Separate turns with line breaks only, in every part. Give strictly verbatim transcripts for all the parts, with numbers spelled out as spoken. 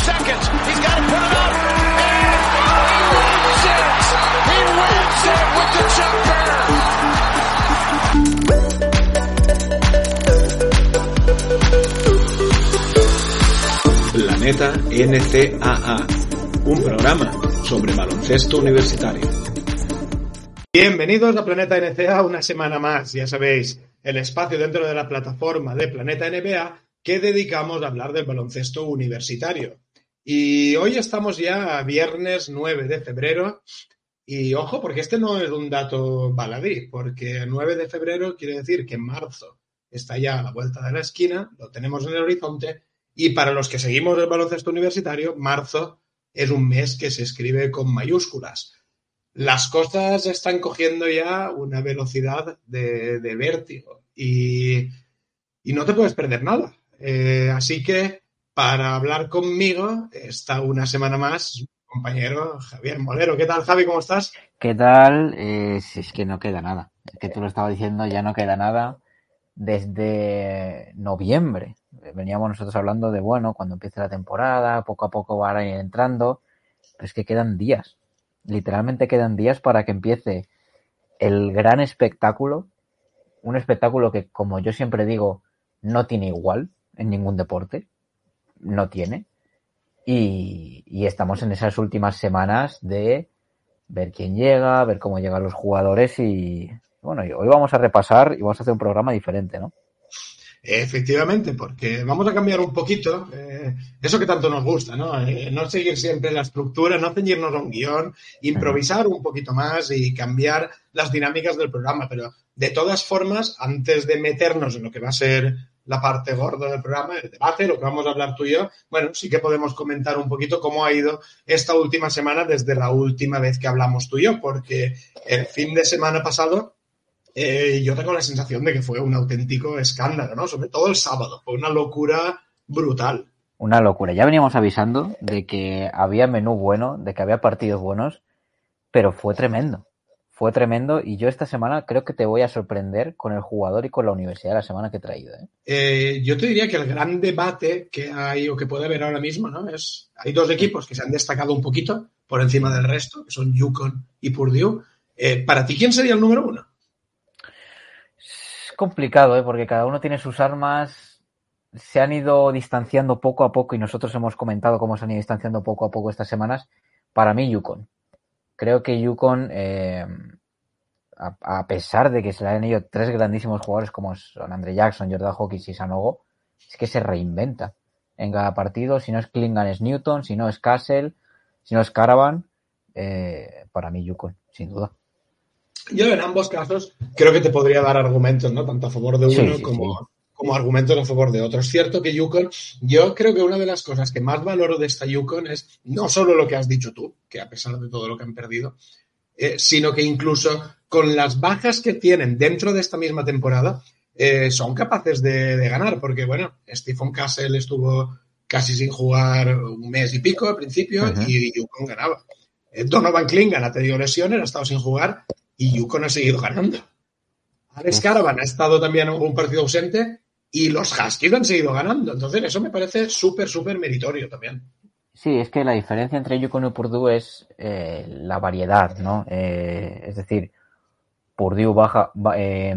seconds. He's got to put it up. And he wins it. He wins it with the jumper.
Planeta N C A A, un programa sobre baloncesto universitario.
Bienvenidos a Planeta N C A A una semana más, ya sabéis, el espacio dentro de la plataforma de Planeta N B A que dedicamos a hablar del baloncesto universitario. Y hoy estamos ya a viernes nueve de febrero y ojo, porque este no es un dato baladí, porque nueve de febrero quiere decir que marzo está ya a la vuelta de la esquina, lo tenemos en el horizonte, y para los que seguimos el baloncesto universitario, marzo es un mes que se escribe con mayúsculas. Las cosas están cogiendo ya una velocidad de, de vértigo y, y no te puedes perder nada. Eh, así que para hablar conmigo está una semana más mi compañero Javier Molero. ¿Qué tal, Javi? ¿Cómo estás?
¿Qué tal? Eh, si es que no queda nada. Es que tú lo estabas diciendo, ya no queda nada desde noviembre. Veníamos nosotros hablando de, bueno, cuando empiece la temporada, poco a poco van a ir entrando, pero es que quedan días. Literalmente quedan días para que empiece el gran espectáculo, un espectáculo que, como yo siempre digo, no tiene igual en ningún deporte, no tiene, y, y estamos en esas últimas semanas de ver quién llega, ver cómo llegan los jugadores y, bueno, y hoy vamos a repasar y vamos a hacer un programa diferente, ¿no?
Efectivamente, porque vamos a cambiar un poquito eh, eso que tanto nos gusta, ¿no? Eh, no seguir siempre la estructura, no ceñirnos a un guión, improvisar un poquito más y cambiar las dinámicas del programa. Pero de todas formas, antes de meternos en lo que va a ser la parte gorda del programa, el debate, lo que vamos a hablar tú y yo, bueno, sí que podemos comentar un poquito cómo ha ido esta última semana desde la última vez que hablamos tú y yo, porque el fin de semana pasado Eh, yo tengo la sensación de que fue un auténtico escándalo, ¿no? Sobre todo el sábado. Fue una locura brutal.
Una locura. Ya veníamos avisando de que había menú bueno, de que había partidos buenos, pero fue tremendo. Fue tremendo y yo esta semana creo que te voy a sorprender con el jugador y con la universidad de la semana que he traído, ¿eh?
Eh, yo te diría que el gran debate que hay o que puede haber ahora mismo, ¿no? Es, hay dos equipos que se han destacado un poquito por encima del resto, que son UConn y Purdue. Eh, ¿Para ti quién sería el número uno?
Es complicado, ¿eh? Porque cada uno tiene sus armas, se han ido distanciando poco a poco y nosotros hemos comentado cómo se han ido distanciando poco a poco estas semanas. Para mí, UConn. Creo que UConn, eh, a, a pesar de que se le han ido tres grandísimos jugadores como son Andre Jackson, Jordan Hawkins y Sanogo, es que se reinventa en cada partido. Si no es Klingan, es Newton, si no es Castle, si no es Caravan, eh, para mí UConn, sin duda.
Yo en ambos casos creo que te podría dar argumentos, ¿no? Tanto a favor de uno
sí, sí,
como,
sí.
como argumentos a favor de otro. Es cierto que UConn, yo creo que una de las cosas que más valoro de esta UConn es no solo lo que has dicho tú, que a pesar de todo lo que han perdido, eh, sino que incluso con las bajas que tienen dentro de esta misma temporada, eh, son capaces de, de ganar, porque bueno, Stephen Castle estuvo casi sin jugar un mes y pico al principio, uh-huh. y UConn ganaba. Eh, Donovan Klingan ha tenido lesiones, ha estado sin jugar, y UConn ha seguido ganando. Alex Caravan ha estado también en un partido ausente y los Huskies han seguido ganando. Entonces eso me parece súper, súper meritorio también.
Sí, es que la diferencia entre UConn y Purdue es eh, la variedad, ¿no? Eh, es decir, Purdue baja, ba, eh,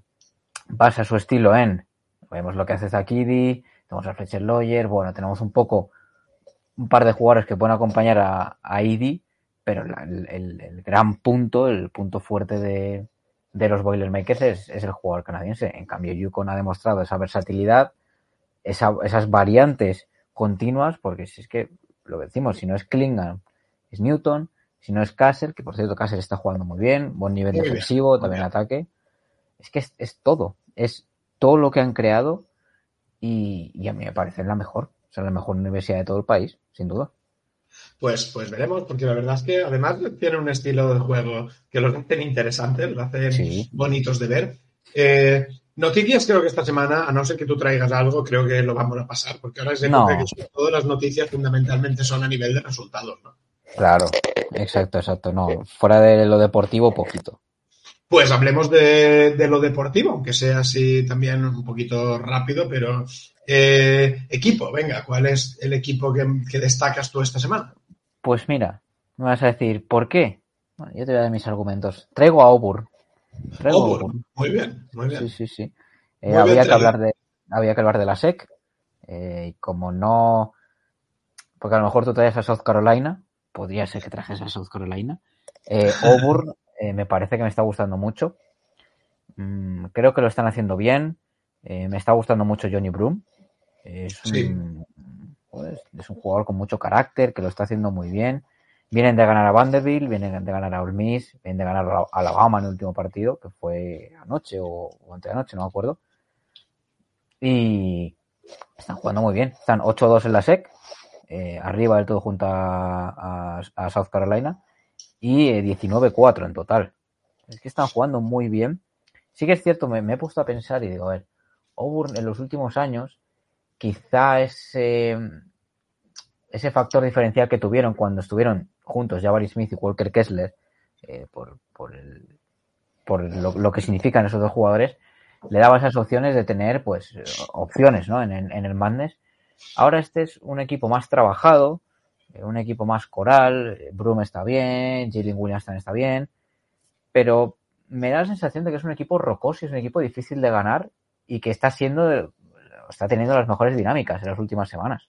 basa su estilo en, vemos lo que hace Zakidi, tenemos a Fletcher Loyer, bueno, tenemos un poco, un par de jugadores que pueden acompañar a, a Edey, pero la, el, el gran punto, el punto fuerte de, de los Boilermakers es, es el jugador canadiense. En cambio, UConn ha demostrado esa versatilidad, esa, esas variantes continuas, porque si es que, lo que decimos, si no es Klingan, es Newton, si no es Castle, que por cierto Castle está jugando muy bien, buen nivel muy defensivo, bien, también bien. Ataque. Es que es, es todo, es todo lo que han creado y, y a mí me parece la mejor, o sea, la mejor universidad de todo el país, sin duda.
Pues, pues veremos, porque la verdad es que además tienen un estilo de juego que los hacen interesantes, los hacen sí. bonitos de ver. Eh, noticias creo que esta semana, a no ser que tú traigas algo, creo que lo vamos a pasar, porque ahora es de
no.
que todas las noticias fundamentalmente son a nivel de resultados, ¿no?
Claro, exacto, exacto. No, fuera de lo deportivo, poquito.
Pues hablemos de, de lo deportivo, aunque sea así también un poquito rápido, pero eh, equipo, venga, ¿cuál es el equipo que, que destacas tú esta semana?
Pues mira, me vas a decir, ¿por qué? Bueno, yo te voy a dar mis argumentos. Traigo a Auburn. Traigo
Auburn,
a Auburn.
muy bien, muy bien.
Sí, sí, sí. Eh,
Muy
había,
bien
que hablar de, había que hablar de la S E C. Eh, y como no... Porque a lo mejor tú traes a South Carolina. Podría ser que trajes a South Carolina. Eh, Auburn eh, me parece que me está gustando mucho. Mm, creo que lo están haciendo bien. Eh, me está gustando mucho Johnny Broome. Es un,
Sí.
pues, es un jugador con mucho carácter, que lo está haciendo muy bien. Vienen de ganar a Vanderbilt, vienen de ganar a Ole Miss, vienen de ganar a Alabama en el último partido, que fue anoche o, o anteanoche, no me acuerdo. Y están jugando muy bien. Están ocho dos en la S E C, eh, arriba del todo junto a, a, a South Carolina, y eh, diecinueve cuatro en total. Es que están jugando muy bien. Sí que es cierto, me, me he puesto a pensar y digo, a ver, Auburn en los últimos años, quizá ese, ese factor diferencial que tuvieron cuando estuvieron juntos Jabari Smith y Walker Kessler, eh, por, por, el, por lo, lo que significan esos dos jugadores, le daba esas opciones de tener pues opciones, ¿no? en, en, en el Madness. Ahora este es un equipo más trabajado, eh, un equipo más coral. Broome está bien, Jalen Williams también está bien, pero me da la sensación de que es un equipo rocoso y es un equipo difícil de ganar y que está siendo, está teniendo las mejores dinámicas en las últimas semanas.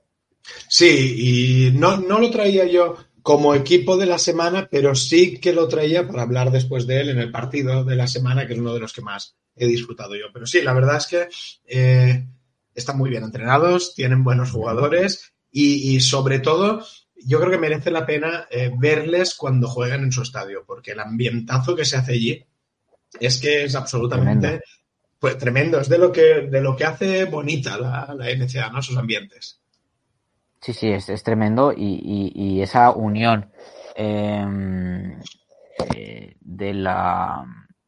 Sí, y no, no lo traía yo como equipo de la semana, pero sí que lo traía para hablar después de él en el partido de la semana, que es uno de los que más he disfrutado yo. Pero sí, la verdad es que eh, están muy bien entrenados, tienen buenos jugadores y, y sobre todo yo creo que merece la pena eh, verles cuando juegan en su estadio, porque el ambientazo que se hace allí es que es absolutamente tremendo, pues, tremendo. Es de lo que, de lo que hace bonita la, la N C A A, ¿no? Sus ambientes.
Sí, sí, es, es tremendo y, y, y esa unión eh, eh, de la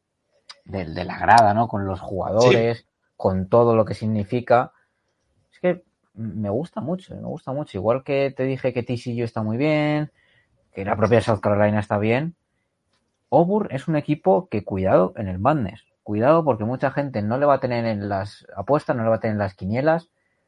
de, de la grada, ¿no? Con los jugadores, sí, con todo lo que significa, es que me gusta mucho, me gusta mucho. Igual que te dije que T C U está muy bien, que la propia South Carolina está bien, Auburn es un equipo que cuidado en el Madness, cuidado porque mucha gente no le va a tener en las apuestas, no le va a tener en las quinielas,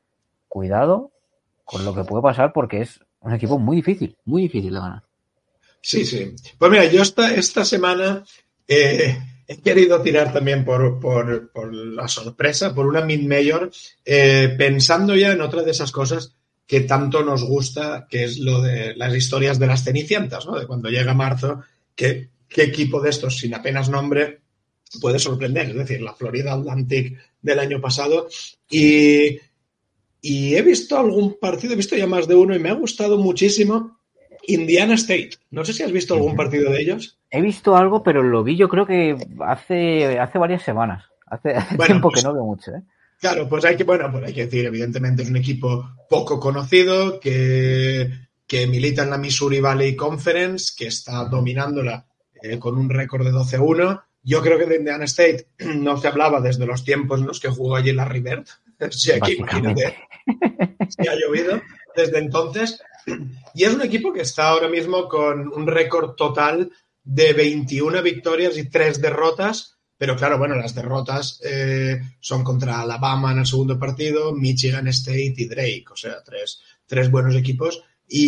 cuidado con lo que puede pasar porque es un equipo muy difícil, muy difícil de ganar.
Sí, sí. Pues mira, yo esta, esta semana eh, he querido tirar también por, por, por la sorpresa, por una mid-major, eh, pensando ya en otra de esas cosas que tanto nos gusta, que es lo de las historias de las cenicientas, ¿no? De cuando llega marzo, que, qué equipo de estos, sin apenas nombre, puede sorprender. Es decir, la Florida Atlantic del año pasado. Y... Y he visto algún partido, he visto ya más de uno y me ha gustado muchísimo Indiana State. No sé si has visto algún partido de ellos.
He visto algo, pero lo vi yo creo que hace, hace varias semanas. Hace, hace bueno, tiempo pues, que no veo mucho, ¿eh?
Claro, pues hay que, bueno, pues hay que decir, evidentemente es un equipo poco conocido que, que milita en la Missouri Valley Conference, que está dominándola eh, con un récord de doce uno. Yo creo que de Indiana State no se hablaba desde los tiempos en los que jugó allí Larry Bird. O sea, que imagínate, si ha llovido desde entonces. Y es un equipo que está ahora mismo con un récord total de veintiuna victorias y tres derrotas. Pero claro, bueno, las derrotas eh, son contra Alabama en el segundo partido, Michigan State y Drake. O sea, tres, tres buenos equipos.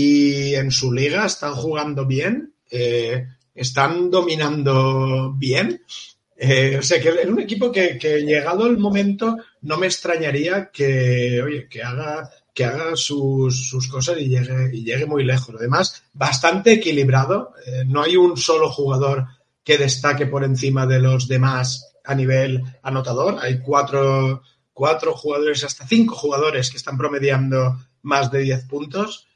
Y en su liga están jugando bien, eh, están dominando bien. Eh, o sea, que es un equipo que, que llegado el momento no me extrañaría que, oye, que haga, que haga sus, sus cosas y llegue, y llegue muy lejos. Además, bastante equilibrado. Eh, no hay un solo jugador que destaque por encima de los demás a nivel anotador. Hay cuatro, cuatro jugadores, hasta cinco jugadores que están promediando más de diez puntos.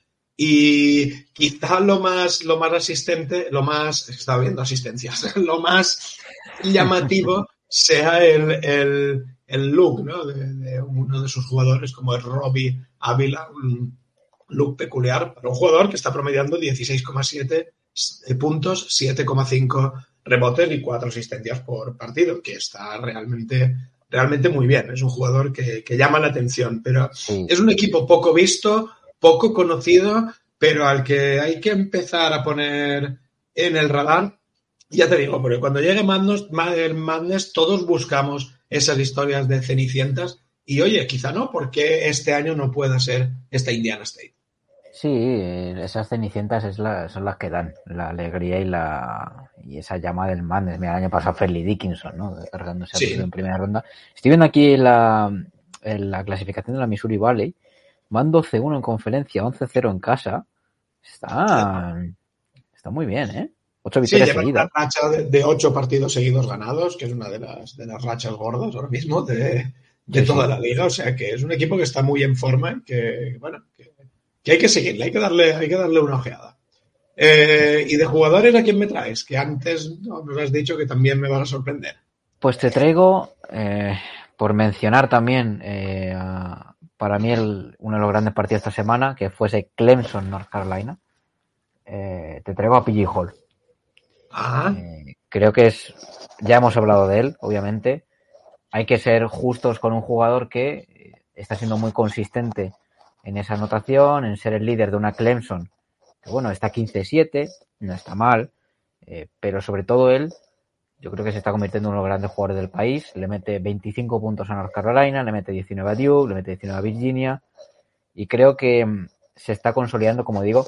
Y quizá lo más, lo más asistente, lo más, estaba viendo asistencias, lo más llamativo sea el, el, el look, ¿no? de, de uno de sus jugadores, como es Robbie Ávila, un look peculiar para un jugador que está promediando dieciséis coma siete puntos, siete coma cinco rebotes y cuatro asistencias por partido, que está realmente, realmente muy bien. Es un jugador que, que llama la atención, pero sí, es un equipo poco visto, poco conocido, pero al que hay que empezar a poner en el radar Ya te digo, porque cuando llegue Madness, el Madness todos buscamos esas historias de cenicientas y oye, quizá no, porque este año no pueda ser esta Indiana State.
Sí, esas cenicientas es la, son las que dan la alegría y la y esa llama del Madness. Mira, el año pasado Fairleigh Dickinson, ¿no? Cargándose
Sí.
en primera ronda. Estoy viendo aquí en la, en la clasificación de la Missouri Valley. Van doce uno en conferencia, once cero en casa. Está, está muy bien, ¿eh? Ocho
Sí,
victorias
lleva
seguidas.
una racha de, de ocho partidos seguidos ganados, que es una de las, de las rachas gordas ahora mismo de, de
Sí,
toda
sí.
la liga. O sea que es un equipo que está muy en forma, que bueno, que, que hay que seguirle, hay que darle, hay que darle una ojeada. Eh, y de jugadores, ¿a quién me traes? Que antes no, nos has dicho que también me vas a sorprender.
Pues te traigo, eh, por mencionar también, eh, a, para mí el, uno de los grandes partidos esta semana, que fuese Clemson, North Carolina. Eh, te traigo a P J Hall.
Ah,
Eh, creo que es, ya hemos hablado de él, obviamente. Hay que ser justos con un jugador que está siendo muy consistente en esa anotación, en ser el líder de una Clemson, que bueno, está quince siete, no está mal, eh, pero sobre todo él, yo creo que se está convirtiendo en uno de los grandes jugadores del país. Le mete veinticinco puntos a North Carolina, le mete diecinueve a Duke, le mete diecinueve a Virginia, y creo que mm, se está consolidando, como digo,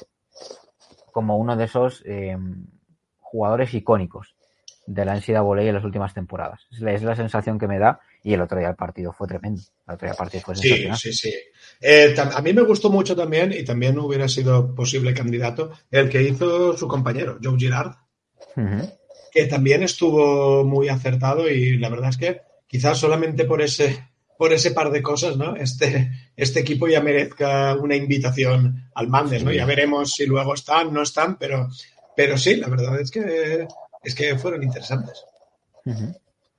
como uno de esos eh, jugadores icónicos de la N C double A en las últimas temporadas. Es la, es la sensación que me da, y el otro día el partido fue tremendo. El otro día el partido fue
sí,
sensacional.
sí, sí. Eh, tam- a mí me gustó mucho también, y también hubiera sido posible candidato, el que hizo su compañero, Joe Girard,
Uh-huh.
que también estuvo muy acertado y la verdad es que quizás solamente por ese, por ese par de cosas, ¿no? Este, este equipo ya merezca una invitación al Madness, ¿no?
Sí.
Ya veremos si luego están, no están, pero, pero sí, la verdad es que, es que fueron interesantes.
Uh-huh.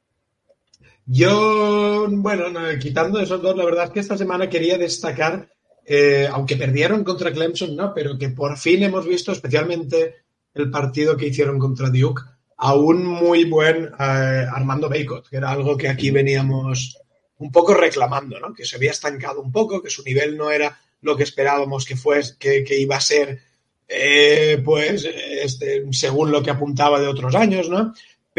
Yo, bueno, no, quitando esos dos, la verdad es que esta semana quería destacar, eh, aunque perdieron contra Clemson, ¿no? Pero que por fin hemos visto, especialmente el partido que hicieron contra Duke, a un muy buen eh, Armando Bacot, que era algo que aquí veníamos un poco reclamando, ¿no? Que se había estancado un poco, que su nivel no era lo que esperábamos que fuese, que, que iba a ser, eh, pues, este, según lo que apuntaba de otros años, ¿no?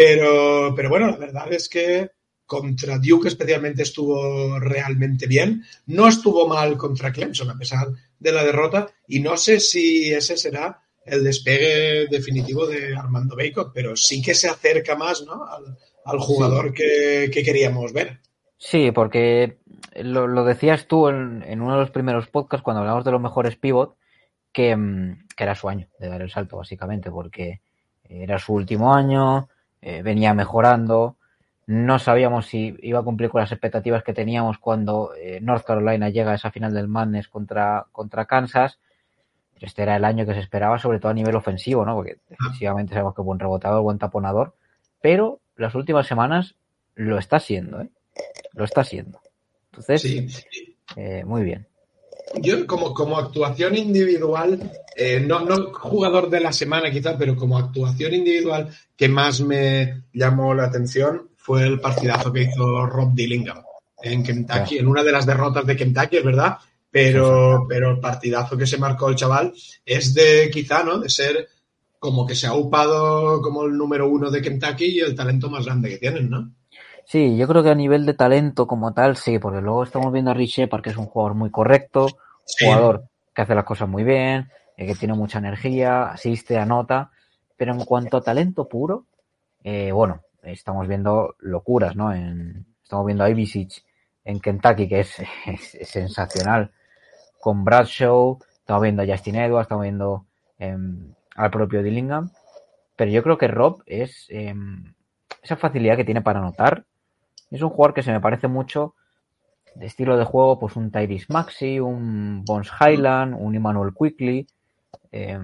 Pero, pero bueno, la verdad es que contra Duke especialmente estuvo realmente bien. No estuvo mal contra Clemson a pesar de la derrota y no sé si ese será el despegue definitivo de Armando Bacot, pero sí que se acerca más, ¿no? al, al jugador sí. que, que queríamos ver.
Sí, porque lo, lo decías tú en, en uno de los primeros podcasts cuando hablamos de los mejores pivot, que, que era su año de dar el salto básicamente, porque era su último año, eh, venía mejorando. No sabíamos si iba a cumplir con las expectativas que teníamos cuando eh, North Carolina llega a esa final del Madness contra, contra Kansas. Pero este era el año que se esperaba, sobre todo a nivel ofensivo, ¿no? Porque defensivamente sabemos que es buen rebotador, buen taponador. Pero las últimas semanas lo está siendo, ¿eh? Lo está siendo. Entonces,
sí.
eh, muy bien.
Yo, como, como actuación individual, eh, no, no jugador de la semana quizá, pero como actuación individual que más me llamó la atención fue el partidazo que hizo Rob Dillingham en Kentucky, sí. en una de las derrotas de Kentucky, es verdad, pero, sí, sí. pero el partidazo que se marcó el chaval es de quizá, ¿no? De ser como que se ha upado como el número uno de Kentucky y el talento más grande que tienen, ¿no?
Sí, yo creo que a nivel de talento como tal, sí, porque luego estamos viendo a Rich Shepard, que es un jugador muy correcto,
sí.
jugador que hace las cosas muy bien, eh, que tiene mucha energía, asiste, anota, pero en cuanto a talento puro, eh, bueno, estamos viendo locuras, ¿no? En, estamos viendo a Ivisic en Kentucky, que es, es, es sensacional, con Bradshaw, estamos viendo a Justin Edwards, estamos viendo eh, al propio Dillingham, pero yo creo que Rob es eh, esa facilidad que tiene para anotar. Es un jugador que se me parece mucho de estilo de juego, pues un Tyrese Maxey, un Bones Highland, un Emmanuel Quickly, eh,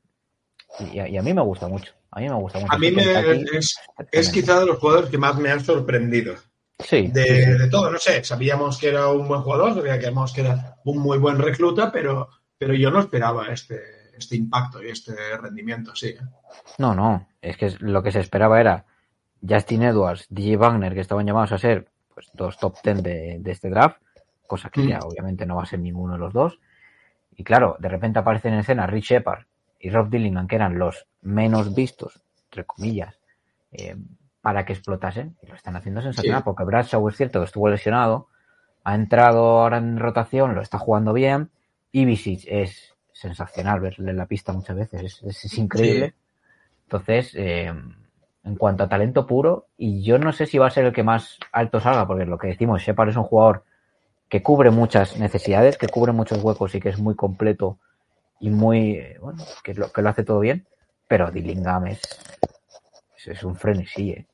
y, a, y a mí me gusta mucho. A mí me gusta mucho.
A mí me, es, es quizá de los jugadores que más me han sorprendido.
Sí
de,
sí, sí.
de todo, no sé, sabíamos que era un buen jugador, sabíamos que era un muy buen recluta, pero, pero yo no esperaba este, este impacto y este rendimiento, sí.
No, no, es que lo que se esperaba era Justin Edwards, D J Wagner, que estaban llamados a ser pues dos top ten de, de este draft, cosa que mm. ya obviamente no va a ser ninguno de los dos. Y claro, de repente aparecen en escena Rich Shepard y Rob Dillingham, que eran los menos vistos, entre comillas, eh, para que explotasen. Y lo están haciendo sensacional,
Sí.
porque Bradshaw es cierto que estuvo lesionado, ha entrado ahora en rotación, lo está jugando bien. Ibisic es sensacional verle en la pista muchas veces, es, es, es increíble.
Sí.
Entonces, eh, en cuanto a talento puro, y yo no sé si va a ser el que más alto salga, porque lo que decimos, Shepard es un jugador que cubre muchas necesidades, que cubre muchos huecos y que es muy completo y muy, bueno, que lo, que lo hace todo bien, pero Dillingham es, es, es un frenesí, ¿eh?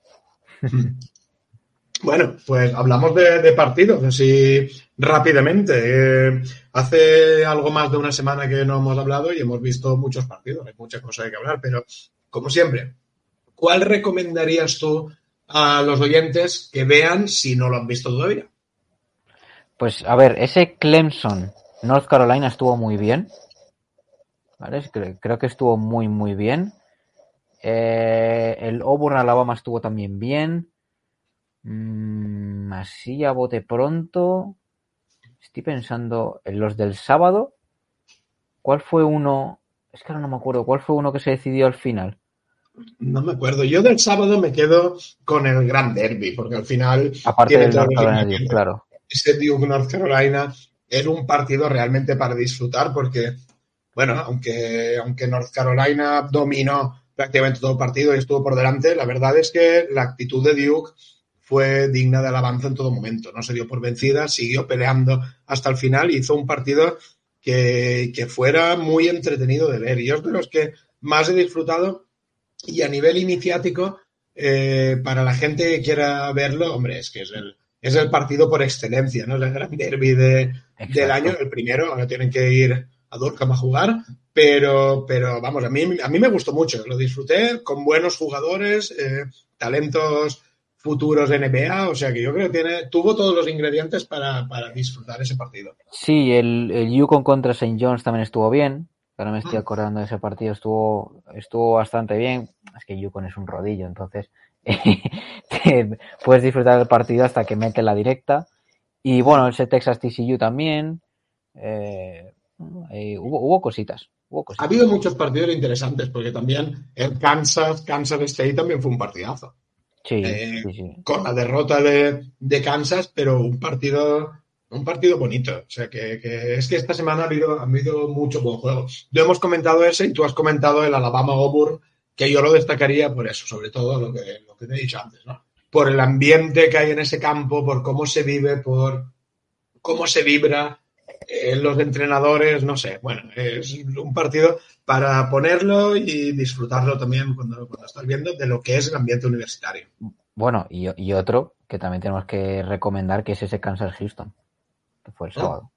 Bueno, pues hablamos de, de partidos, así rápidamente. Eh, hace algo más de una semana que no hemos hablado y hemos visto muchos partidos, hay muchas cosas de que hablar, pero como siempre, ¿cuál recomendarías tú a los oyentes que vean si no lo han visto todavía?
Pues a ver, ese Clemson North Carolina estuvo muy bien, ¿vale? Creo, creo que estuvo muy muy bien. Eh, el Auburn Alabama estuvo también bien. Mm, así a bote pronto estoy pensando en los del sábado. ¿Cuál fue uno? Es que ahora no me acuerdo. ¿Cuál fue uno que se decidió al final?
No me acuerdo. Yo del sábado me quedo con el Gran Derby, porque al final
Aparte
tiene
del
todos
North
los
Carolina,
ingredientes.
claro.
Ese Duke North Carolina es un partido realmente para disfrutar porque, bueno, aunque, aunque North Carolina dominó prácticamente todo el partido y estuvo por delante, la verdad es que la actitud de Duke fue digna de alabanza en todo momento. No se dio por vencida, siguió peleando hasta el final y hizo un partido que, que fuera muy entretenido de ver. Y yo es de los que más he disfrutado y a nivel iniciático, eh, para la gente que quiera verlo, hombre, es que es el Es el partido por excelencia, ¿no? Es el gran derbi de, del año, el primero. Ahora tienen que ir a Durham a jugar, pero, pero vamos, a mí, a mí me gustó mucho. Lo disfruté con buenos jugadores, eh, talentos futuros de N B A, o sea que yo creo que tiene, tuvo todos los ingredientes para, para disfrutar ese partido.
Sí, el, el Yukon contra Saint John's también estuvo bien. Ahora me estoy acordando de ese partido, estuvo, estuvo bastante bien. Es que Yukon es un rodillo, entonces te puedes disfrutar del partido hasta que mete la directa. Y bueno, ese Texas T C U también. Eh, eh, hubo, hubo cositas. Hubo cositas.
Ha habido muchos partidos interesantes, porque también el Kansas, Kansas State también fue un partidazo.
Sí,
eh,
sí, sí.
Con la derrota de, de Kansas, pero un partido un partido bonito. O sea, que, que es que esta semana ha habido, ha habido mucho buen juego. Yo hemos comentado ese y tú has comentado el Alabama Auburn, que yo lo destacaría por eso, sobre todo lo que, lo que te he dicho antes, ¿no? Por el ambiente que hay en ese campo, por cómo se vive, por cómo se vibra, eh, los entrenadores, no sé. Bueno, es un partido para ponerlo y disfrutarlo también cuando, cuando estás viendo de lo que es el ambiente universitario.
Bueno, y, y otro que también tenemos que recomendar, que es ese Kansas-Houston, que fue el sábado.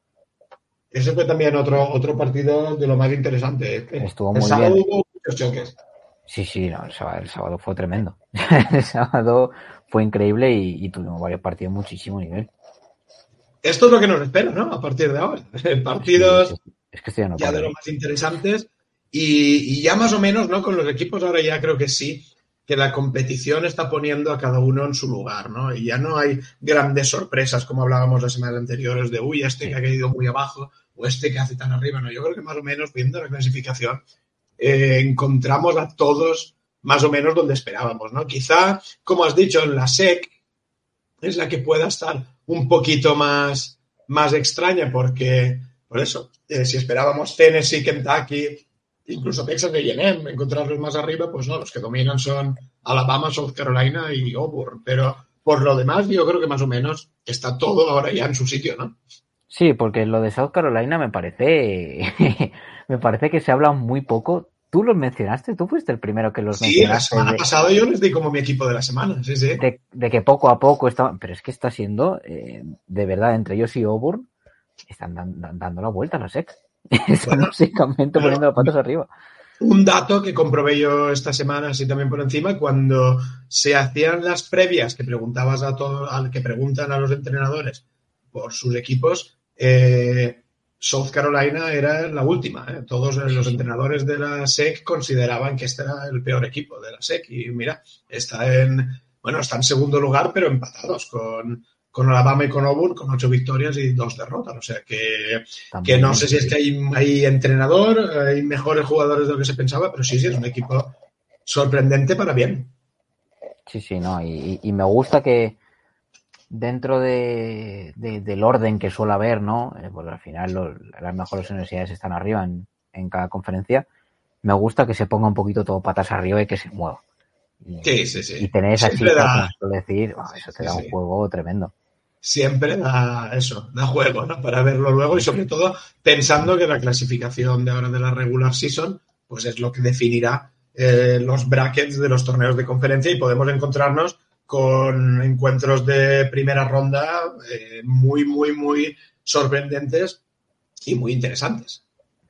Ese fue también otro, otro partido de lo más interesante.
Estuvo
el
muy
sábado
bien.
hubo muchos choques.
Sí, sí, no, el sábado, el sábado fue tremendo. El sábado fue increíble y, y tuvimos varios partidos de muchísimo nivel.
Esto es lo que nos espera, ¿no? A partir de ahora. Partidos
Sí, es, es que estoy no
ya de lo más interesantes y, y ya más o menos, ¿no? Con los equipos ahora ya creo que sí, que la competición está poniendo a cada uno en su lugar, ¿no? Y ya no hay grandes sorpresas como hablábamos las semanas anteriores de, uy, este que ha caído muy abajo o este que hace tan arriba, ¿no? Yo creo que más o menos viendo la clasificación eh, encontramos a todos más o menos donde esperábamos, ¿no? Quizá, como has dicho, en la S E C es la que pueda estar un poquito más, más extraña porque, por eso, eh, si esperábamos Tennessee, Kentucky, incluso Texas A and M, encontrarlos más arriba, pues no, los que dominan son Alabama, South Carolina y Auburn, pero por lo demás yo creo que más o menos está todo ahora ya en su sitio, ¿no?
Sí, porque lo de South Carolina me parece me parece que se habla muy poco. Tú los mencionaste, tú fuiste el primero que los
sí,
mencionaste.
Sí, la semana
de,
pasada yo les di como mi equipo de la semana, sí, sí.
De, de que poco a poco estaban, pero es que está siendo, eh, de verdad, entre ellos y Auburn, están dan, dando la vuelta a la S E C. Están
Bueno,
básicamente
bueno,
poniendo las patas arriba.
Un dato que comprobé yo esta semana, así también por encima, cuando se hacían las previas que preguntabas a todo, al que preguntan a los entrenadores por sus equipos, eh, South Carolina era la última. ¿eh? Todos los entrenadores de la S E C consideraban que este era el peor equipo de la S E C. Y mira, está en, bueno, está en segundo lugar, pero empatados con, con Alabama y con Auburn, con ocho victorias y dos derrotas. O sea que, que no sé si es que hay, hay entrenador, hay mejores jugadores de lo que se pensaba, pero sí, sí, es un equipo sorprendente para bien.
Sí, sí, no. Y, y me gusta que dentro de, de, del orden que suele haber, ¿no? Eh, porque al final los, las mejores universidades están arriba en, en cada conferencia. Me gusta que se ponga un poquito todo patas arriba y que se mueva. Y,
sí, sí, sí.
Y tener esa
Siempre
chispa,
da...
como suele decir, oh, eso te
sí,
da un
sí.
juego tremendo.
Siempre da eso, da juego, ¿no? Para verlo luego y sobre todo pensando que la clasificación de ahora de la regular season pues es lo que definirá eh, los brackets de los torneos de conferencia y podemos encontrarnos con encuentros de primera ronda eh, muy, muy, muy sorprendentes y muy interesantes.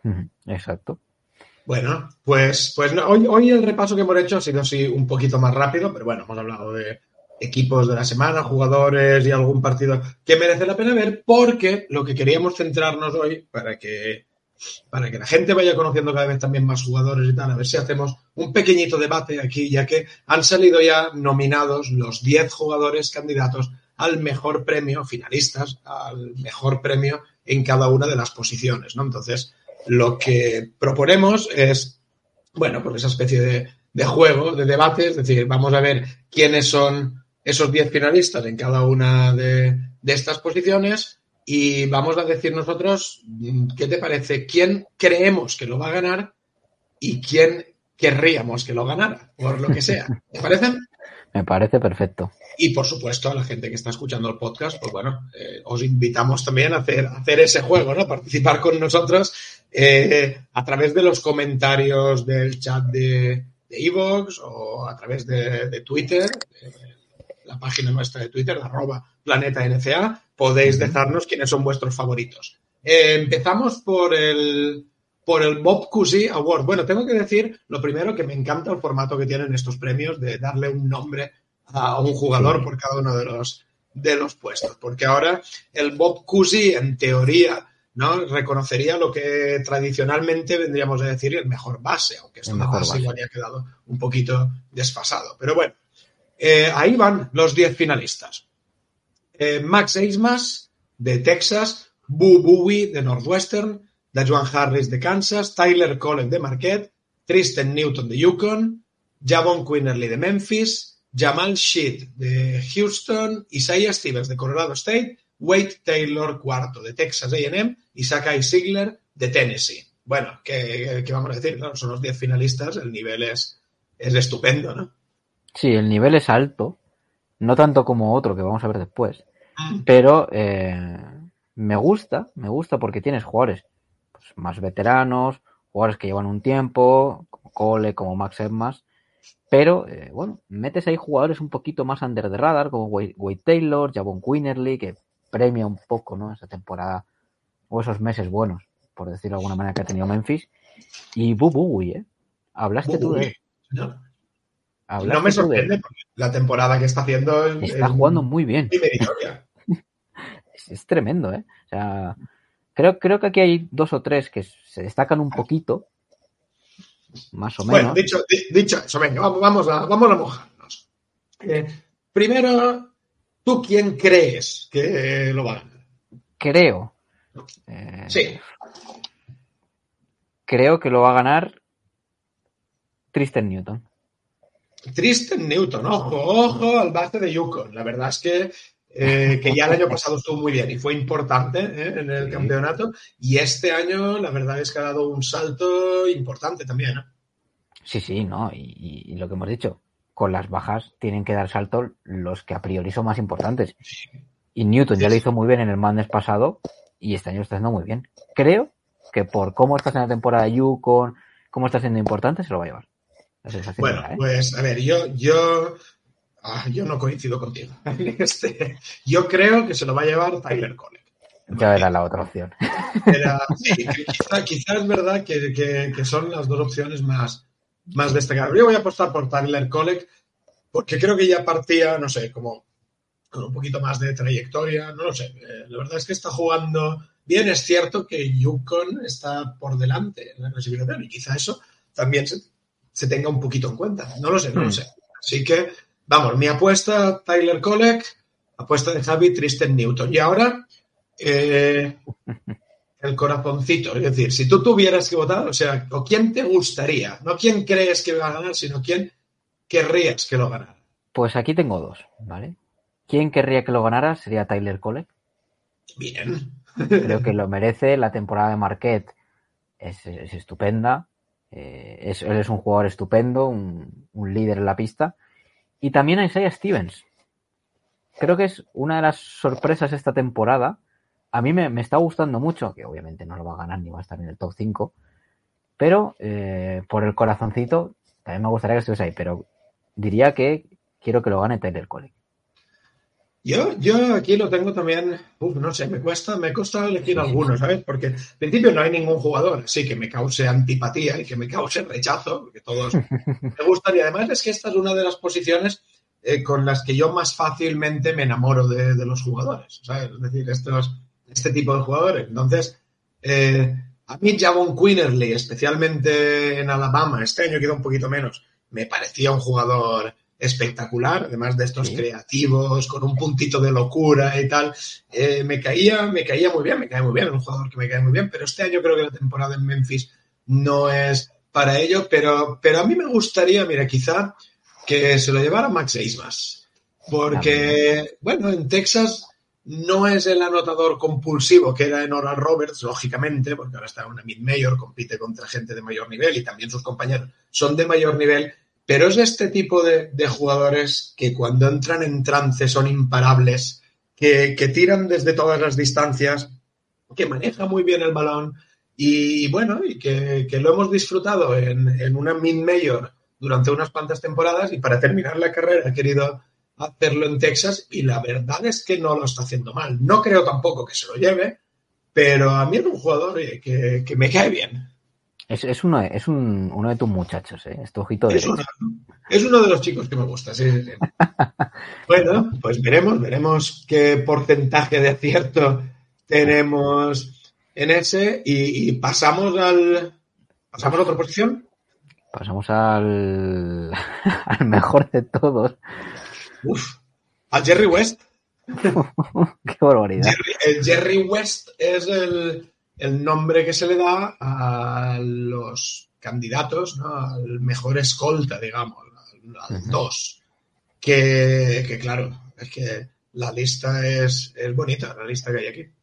Exacto.
Bueno, pues, pues no, hoy, hoy el repaso que hemos hecho ha sido así un poquito más rápido, pero bueno, hemos hablado de equipos de la semana, jugadores y algún partido que merece la pena ver, porque lo que queríamos centrarnos hoy, para que, para que la gente vaya conociendo cada vez también más jugadores y tal, a ver si hacemos un pequeñito debate aquí, ya que han salido ya nominados los diez jugadores candidatos al mejor premio, finalistas, al mejor premio en cada una de las posiciones, ¿no? Entonces, lo que proponemos es, bueno, pues esa especie de, de juego, de debate, es decir, vamos a ver quiénes son esos diez finalistas en cada una de, de estas posiciones y vamos a decir nosotros qué te parece, quién creemos que lo va a ganar y quién querríamos que lo ganara, por lo que sea. ¿Te parece?
Me parece perfecto.
Y, por supuesto, a la gente que está escuchando el podcast, pues bueno, eh, os invitamos también a hacer, a hacer ese juego, ¿no? Participar con nosotros eh, a través de los comentarios del chat de iVoox o a través de, de Twitter, eh, la página nuestra de Twitter, de arroba planeta N C A, podéis dejarnos quiénes son vuestros favoritos. Eh, empezamos por el... por el Bob Cousy Award. Bueno, tengo que decir, lo primero, que me encanta el formato que tienen estos premios de darle un nombre a un jugador sí. por cada uno de los, de los puestos. Porque ahora el Bob Cousy, en teoría, ¿no? reconocería lo que tradicionalmente vendríamos a decir el mejor base, aunque esto de base igual ha quedado un poquito desfasado. Pero bueno, eh, ahí van los diez finalistas. Eh, Max Eismas, de Texas, Boo Buie, de Northwestern, Dajuan Harris de Kansas, Tyler Collett de Marquette, Tristan Newton de Yukon, Javon Quinerly de Memphis, Jamal Shead de Houston, Isaiah Stevens de Colorado State, Wade Taylor cuarto de Texas A and M y Sakai Ziegler de Tennessee. Bueno, ¿qué, qué vamos a decir? ¿No? Son los diez finalistas, el nivel es, es estupendo, ¿no?
Sí, el nivel es alto, no tanto como otro que vamos a ver después, mm. pero eh, me gusta, me gusta porque tienes jugadores más veteranos, jugadores que llevan un tiempo, como Cole, como Max Eismas, pero, eh, bueno, metes ahí jugadores un poquito más under the radar, como Wade, Wade Taylor, Javon Quinerly, que premia un poco, ¿no?, esa temporada, o esos meses buenos, por decirlo de alguna manera, que ha tenido Memphis, y Boo Buie, ¿eh? Hablaste tú de él.
No, no me sorprende, porque la temporada que está haciendo es,
está
es
jugando muy bien. es, es tremendo, ¿eh? O sea... Creo, creo que aquí hay dos o tres que se destacan un poquito, más o menos.
Bueno, dicho, dicho eso, venga, vamos a, vamos a mojarnos. Eh, primero, ¿tú quién crees que lo va a ganar?
Creo. Eh,
sí.
Creo que lo va a ganar Tristan Newton.
Tristan Newton, ojo, ojo al base de Yukon. La verdad es que Eh, que ya el año pasado estuvo muy bien y fue importante ¿eh? en el sí. campeonato, y este año la verdad es que ha dado un salto importante también, ¿eh?
Sí, sí, no, y, y lo que hemos dicho, con las bajas tienen que dar salto los que a priori son más importantes, sí. y Newton sí. ya lo hizo muy bien en el Madness pasado y este año está haciendo muy bien. Creo que por cómo estás en la temporada de Yukon, cómo está siendo importante, se lo va a llevar.
Bueno,
era, ¿eh?
pues a ver, yo yo Ah, yo no coincido contigo. Este, yo creo que se lo va a llevar Tyler Collett.
Ya era la otra opción.
Era, sí, quizá, quizá es verdad que, que, que son las dos opciones más, más destacadas. Yo voy a apostar por Tyler Collett porque creo que ya partía, no sé, como con un poquito más de trayectoria. No lo sé. Eh, la verdad es que está jugando bien. Es cierto que Yukon está por delante en la clasificación y quizá eso también se, se tenga un poquito en cuenta. No lo sé, no lo sé. Así que vamos, mi apuesta, Tyler Collett, apuesta de Javi, Tristan Newton. Y ahora, eh, el corazoncito. Es decir, si tú tuvieras que votar, o sea, o quién te gustaría, no quién crees que va a ganar, sino quién querrías que lo ganara.
Pues aquí tengo dos, ¿vale? ¿Quién querría que lo ganara? Sería Tyler Cole.
Bien.
Creo que lo merece. La temporada de Marquette es, es estupenda. Eh, es, él es un jugador estupendo, un, un líder en la pista. Y también a Isaiah Stevens. Creo que es una de las sorpresas esta temporada. A mí me, me está gustando mucho, que obviamente no lo va a ganar ni va a estar en el top cinco, pero eh, por el corazoncito también me gustaría que estuviese ahí, pero diría que quiero que lo gane Tyler Cole.
Yo, yo aquí lo tengo también, uf, no sé, me cuesta, me cuesta elegir
Sí, sí,
algunos,
sí.
¿sabes? Porque en principio no hay ningún jugador así que me cause antipatía y que me cause rechazo, porque todos me gustan, y además es que esta es una de las posiciones eh, con las que yo más fácilmente me enamoro de, de los jugadores, ¿sabes? Es decir, estos, este tipo de jugadores. Entonces, eh, a mí Javon Quinterly, especialmente en Alabama, este año queda un poquito menos, me parecía un jugador espectacular, además de estos
Sí.
creativos, con un puntito de locura y tal. Eh, me caía, me caía muy bien, me cae muy bien, es un jugador que me cae muy bien, pero este año creo que la temporada en Memphis no es para ello, pero, pero a mí me gustaría, mira, quizá que se lo llevara Max Eismas, porque, bueno, en Texas no es el anotador compulsivo que era en Oral Roberts, lógicamente, porque ahora está en una mid-major, compite contra gente de mayor nivel y también sus compañeros son de mayor nivel, pero es este tipo de, de jugadores que cuando entran en trance son imparables, que, que tiran desde todas las distancias, que maneja muy bien el balón y, bueno, y que, que lo hemos disfrutado en, en una mid-major durante unas cuantas temporadas y para terminar la carrera he querido hacerlo en Texas y la verdad es que no lo está haciendo mal. No creo tampoco que se lo lleve, pero a mí es un jugador que, que me cae bien.
Es, es, uno, de, es un, uno de tus muchachos, ¿eh? Es tu ojito
Es,
derecho.
una, es uno de los chicos que me gusta, sí, sí, sí. Bueno, pues veremos, veremos qué porcentaje de acierto tenemos en ese y, y pasamos al... ¿Pasamos a otra posición?
Pasamos al, al mejor de todos.
Uf, al Jerry West.
Qué barbaridad.
Jerry, el Jerry West es el, el nombre que se le da a los candidatos, ¿no? Al mejor escolta, digamos, al, al dos. Que, que claro, es que la lista es, es bonita, la lista que hay aquí.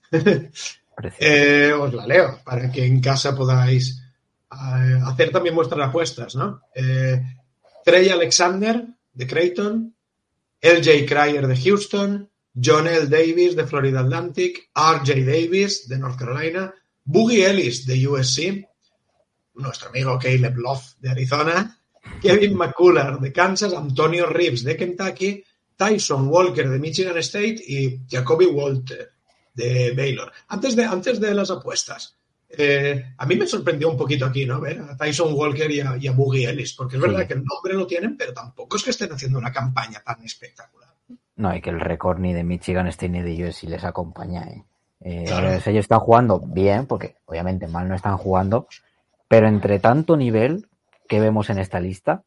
eh, os la leo para que en casa podáis eh, hacer también vuestras apuestas, ¿no? Eh, Trey Alexander de Creighton, L J Cryer de Houston, John L. Davis de Florida Atlantic, R J Davis de North Carolina, Boogie Ellis de U S C, nuestro amigo Caleb Love de Arizona, Kevin McCullar de Kansas, Antonio Reeves de Kentucky, Tyson Walker de Michigan State y Jacoby Walter de Baylor. Antes de, antes de las apuestas, eh, a mí me sorprendió un poquito aquí, ¿no? Ver a Tyson Walker y a, y a Boogie Ellis, porque es verdad sí. que el nombre lo tienen, pero tampoco es que estén haciendo una campaña tan espectacular.
No, y que el récord ni de Michigan State ni de U S C les acompaña, ¿eh? Eh, claro. Ellos están jugando bien, porque obviamente mal no están jugando, pero entre tanto nivel que vemos en esta lista,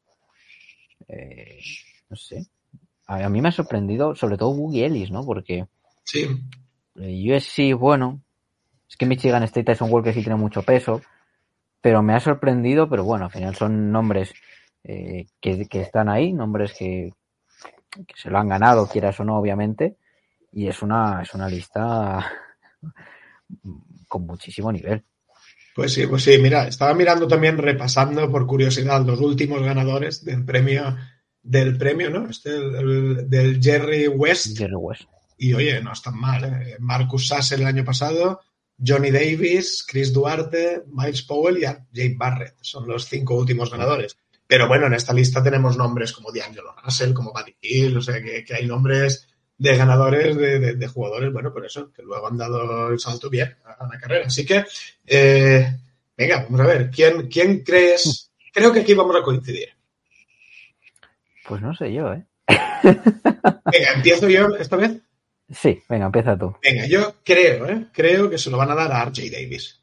eh, no sé, a, a mí me ha sorprendido sobre todo Boogie Ellis, ¿no? Porque
sí.
U S C, bueno, es que Michigan State Tyson Walker sí tiene mucho peso, pero me ha sorprendido, pero bueno, al final son nombres eh, que, que están ahí, nombres que, que se lo han ganado, quieras o no, obviamente, y es una, es una lista con muchísimo nivel.
Pues sí, pues sí, mira, estaba mirando también, repasando por curiosidad los últimos ganadores del premio, del premio, ¿no? Este, el, del Jerry West.
Jerry West.
Y oye, no están mal, ¿eh? Marcus Sasser el año pasado, Johnny Davis, Chris Duarte, Miles Powell y Jay Barrett. Son los cinco últimos ganadores. Pero bueno, en esta lista tenemos nombres como D'Angelo Russell, como Buddy Hield, o sea que, que hay nombres de ganadores, de, de, de jugadores, bueno, por eso, que luego han dado el salto bien a la carrera. Así que, eh, venga, vamos a ver, ¿quién, quién crees? Creo que aquí vamos a coincidir.
Pues no sé yo, ¿eh?
Venga, ¿empiezo yo esta vez?
Sí, venga, empieza tú.
Venga, yo creo, ¿eh? Creo que se lo van a dar a R J Davis.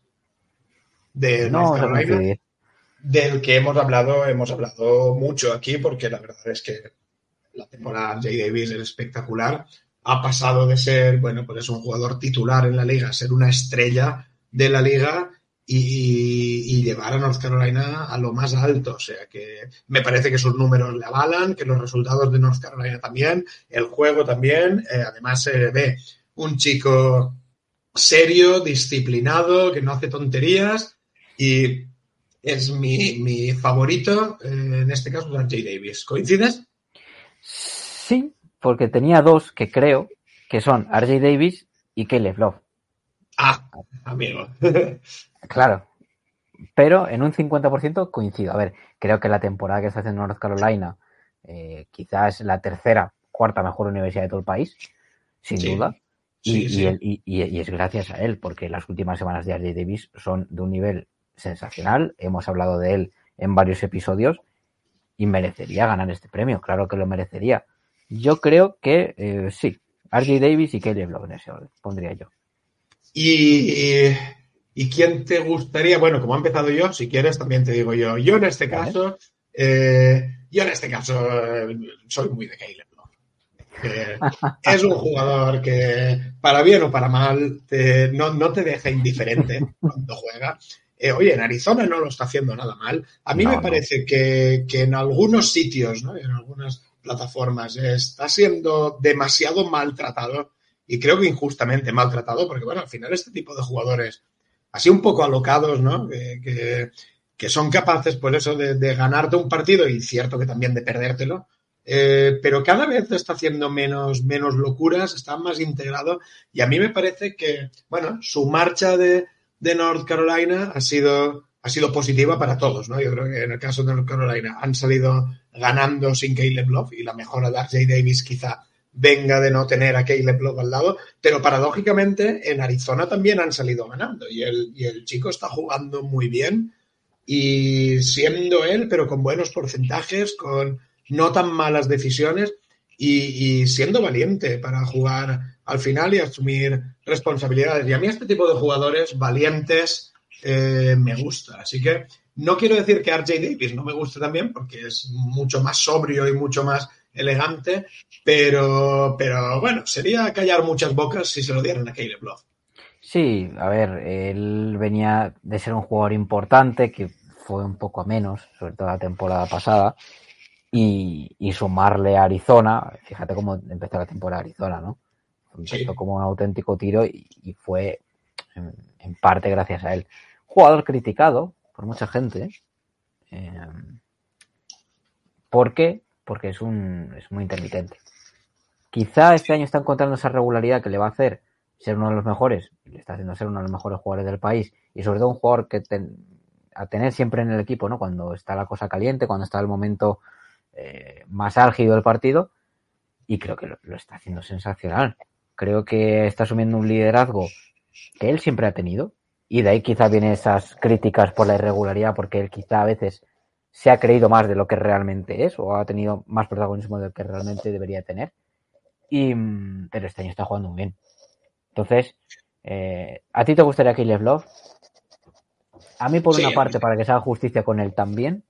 De
no,
North Carolina, del que hemos hablado, hemos hablado mucho aquí, porque la verdad es que la temporada de R J Davis es espectacular. Ha pasado de ser, bueno, pues es un jugador titular en la liga, a ser una estrella de la liga y, y llevar a North Carolina a lo más alto. O sea que me parece que sus números le avalan, que los resultados de North Carolina también, el juego también. Eh, además se ve un chico serio, disciplinado, que no hace tonterías y es mi, mi favorito. Eh, en este caso es R J Davis. ¿Coincides?
Sí, porque tenía dos que creo que son R J Davis y Caleb Love.
Ah, amigo.
Claro, pero en un cincuenta por ciento coincido. A ver, creo que la temporada que está haciendo North Carolina eh, quizás es la tercera, cuarta mejor universidad de todo el país, sin
Sí.
duda. Y,
Sí,
y,
sí.
él- y- y- y es gracias a él, porque las últimas semanas de R J Davis son de un nivel sensacional. Hemos hablado de él en varios episodios y merecería ganar este premio. Claro que lo merecería. Yo creo que eh, sí, R J Davis y Caleb Love en ese orden, pondría yo.
Y, ¿y quién te gustaría? Bueno, como ha empezado yo, si quieres también te digo yo. Yo en este
Vale.
caso, eh, yo en este caso eh, soy muy de Caleb Love. Eh, es un jugador que, para bien o para mal, te- no, no te deja indiferente cuando juega. Eh, oye, en Arizona no lo está haciendo nada mal. A mí
No,
me
no.
parece que, que en algunos sitios, ¿no? En algunas plataformas, eh, está siendo demasiado maltratado y creo que injustamente maltratado, porque bueno, al final este tipo de jugadores, así un poco alocados, ¿no? Que, que, que son capaces, pues eso, de, de ganarte un partido y cierto que también de perdértelo, eh, pero cada vez está haciendo menos, menos locuras, está más integrado y a mí me parece que, bueno, su marcha de, de North Carolina ha sido, ha sido positiva para todos, ¿no? Yo creo que en el caso de North Carolina han salido ganando sin Caleb Love y la mejora de R J Davis quizá venga de no tener a Caleb Love al lado, pero paradójicamente en Arizona también han salido ganando y el, y el chico está jugando muy bien y siendo él, pero con buenos porcentajes, con no tan malas decisiones y, y siendo valiente para jugar al final y asumir responsabilidades. Y a mí este tipo de jugadores valientes eh, me gusta. Así que no quiero decir que R J Davis no me guste también, porque es mucho más sobrio y mucho más elegante, pero, pero bueno, sería callar muchas bocas si se lo dieran a Caleb Love.
Sí, a ver, él venía de ser un jugador importante que fue un poco a menos, sobre todo la temporada pasada, y, y sumarle a Arizona, fíjate cómo empezó la temporada Arizona, ¿no? Empezó
Sí.
como un auténtico tiro y, y fue en, en parte gracias a él. Jugador criticado por mucha gente, eh, ¿por qué? Porque es un es muy intermitente. Quizá este año está encontrando esa regularidad que le va a hacer ser uno de los mejores, le está haciendo ser uno de los mejores jugadores del país y sobre todo un jugador que ten, a tener siempre en el equipo, ¿no? Cuando está la cosa caliente, cuando está el momento eh, más álgido del partido, y creo que lo, lo está haciendo sensacional. Creo que está asumiendo un liderazgo que él siempre ha tenido y de ahí quizá vienen esas críticas por la irregularidad, porque él quizá a veces se ha creído más de lo que realmente es o ha tenido más protagonismo de lo que realmente debería tener. Y, pero este año está jugando muy bien. Entonces, eh, ¿a ti te gustaría Caleb Love? A mí por
Sí,
una parte para que se haga justicia con él también,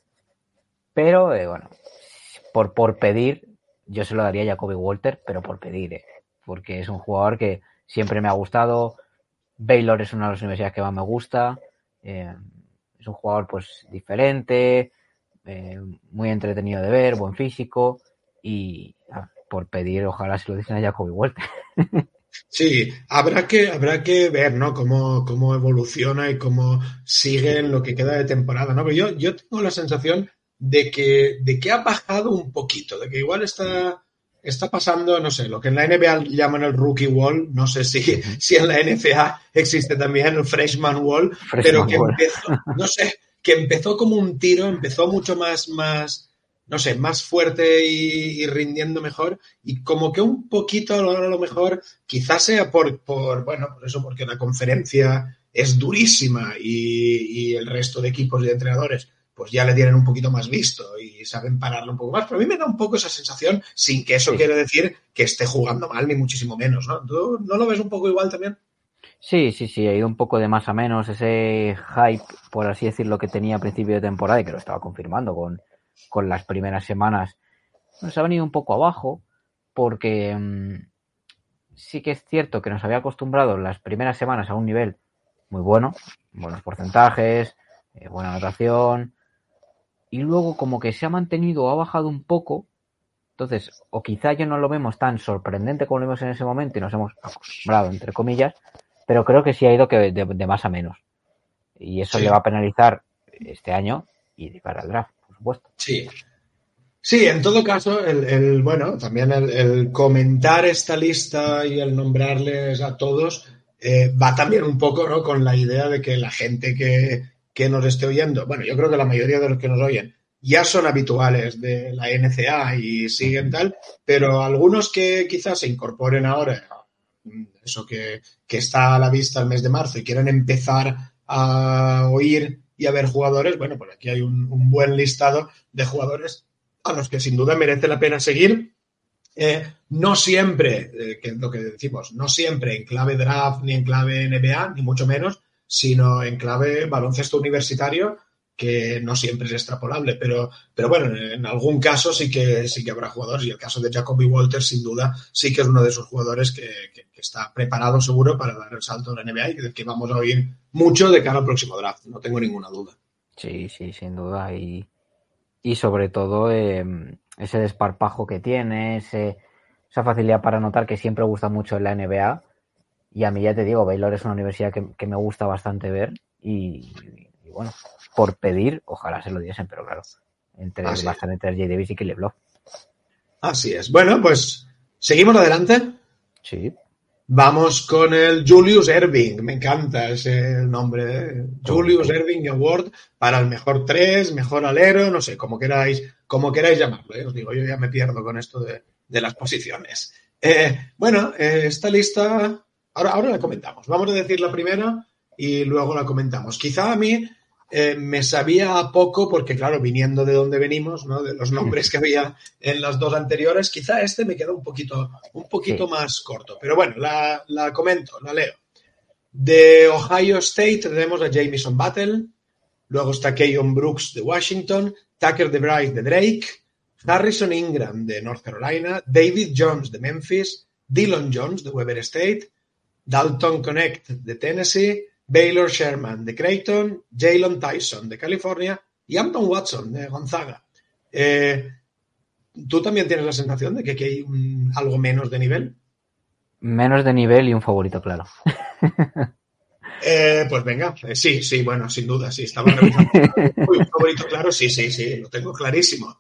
pero eh, bueno, por, por pedir, yo se lo daría a Jacoby Walter, pero por pedir, eh, porque es un jugador que siempre me ha gustado. Baylor es una de las universidades que más me gusta, eh, es un jugador pues diferente, eh, muy entretenido de ver, buen físico y ah, por pedir ojalá se lo dicen a Jacoby Walter.
Sí, habrá que, habrá que ver, ¿no? Cómo, cómo evoluciona y cómo sigue en lo que queda de temporada, ¿no? Pero yo, yo tengo la sensación de que, de que ha bajado un poquito, de que igual está, está pasando, no sé, lo que en la N B A llaman el rookie wall, no sé si, uh-huh. si en la N C A existe también el freshman wall, freshman pero que wall. empezó, no sé, que empezó como un tiro, empezó mucho más, más, no sé, más fuerte y, y rindiendo mejor y como que un poquito a lo mejor quizás sea por, por, bueno, por eso, porque la conferencia es durísima y, y el resto de equipos y de entrenadores pues ya le tienen un poquito más visto y saben pararlo un poco más, pero a mí me da un poco esa sensación sin que eso sí. quiera decir que esté jugando mal ni muchísimo menos, ¿no? ¿Tú no lo ves un poco igual también?
Sí, sí, sí, ha ido un poco de más a menos ese hype, por así decirlo, que tenía a principio de temporada y que lo estaba confirmando con con las primeras semanas, nos ha venido un poco abajo porque mmm, sí que es cierto que nos había acostumbrado las primeras semanas a un nivel muy bueno, buenos porcentajes, eh, buena anotación, y luego como que se ha mantenido o ha bajado un poco. Entonces, o quizá ya no lo vemos tan sorprendente como lo vimos en ese momento y nos hemos acostumbrado, entre comillas, pero creo que sí ha ido que de, de más a menos. Y eso sí le va a penalizar este año y de cara al draft, por supuesto.
Sí. Sí, en todo caso, el, el bueno, también el, el comentar esta lista y el nombrarles a todos eh, va también un poco, ¿no?, con la idea de que la gente que, que nos esté oyendo, bueno, yo creo que la mayoría de los que nos oyen ya son habituales de la N C A A y siguen tal, pero algunos que quizás se incorporen ahora, eso que, que está a la vista el mes de marzo y quieren empezar a oír y a ver jugadores, bueno, pues aquí hay un, un buen listado de jugadores a los que sin duda merece la pena seguir. Eh, no siempre, eh, que es lo que decimos, no siempre en clave draft ni en clave N B A, ni mucho menos, sino en clave baloncesto universitario, que no siempre es extrapolable, pero, pero bueno, en algún caso sí que sí que habrá jugadores, y el caso de Jacoby Walters sin duda sí que es uno de esos jugadores que, que, que está preparado seguro para dar el salto a la N B A y del que vamos a oír mucho de cara al próximo draft, no tengo ninguna duda.
Sí, sí, sin duda, y, y sobre todo eh, ese desparpajo que tiene, ese, esa facilidad para anotar que siempre gusta mucho en la N B A, y a mí ya te digo, Baylor es una universidad que, que me gusta bastante ver, y, y bueno, por pedir, ojalá se lo diesen, pero claro, entre,
Así
bastante entre J. Davis y Caleb Love.
Así es. Bueno, pues seguimos adelante.
Sí.
Vamos con el Julius Erving. Me encanta ese nombre, ¿eh? Julius Erving Award para el mejor tres, mejor alero, no sé, como queráis, como queráis llamarlo, ¿eh? Os digo, yo ya me pierdo con esto de, de las posiciones. Eh, bueno, eh, esta lista, ahora, ahora la comentamos. Vamos a decir la primera y luego la comentamos. Quizá a mí Eh, me sabía a poco porque, claro, viniendo de donde venimos, ¿no?, de los nombres que había en las dos anteriores, quizá este me queda un poquito, un poquito sí. más corto. Pero bueno, la, la comento, la leo. De Ohio State tenemos a Jamison Battle, luego está Keyon Brooks de Washington, Tucker DeVries de Drake, Harrison Ingram de North Carolina, David Jones de Memphis, Dillon Jones de Weber State, Dalton Connect de Tennessee, Baylor Sherman de Creighton, Jalen Tyson de California y Hampton Watson de Gonzaga. Eh, ¿Tú también tienes la sensación de que aquí hay un, algo menos de nivel?
Menos de nivel y un favorito, claro.
eh, pues venga, eh, sí, sí, bueno, sin duda, sí, estaba revisando. Uy, un favorito, claro, sí, sí, sí, lo tengo clarísimo.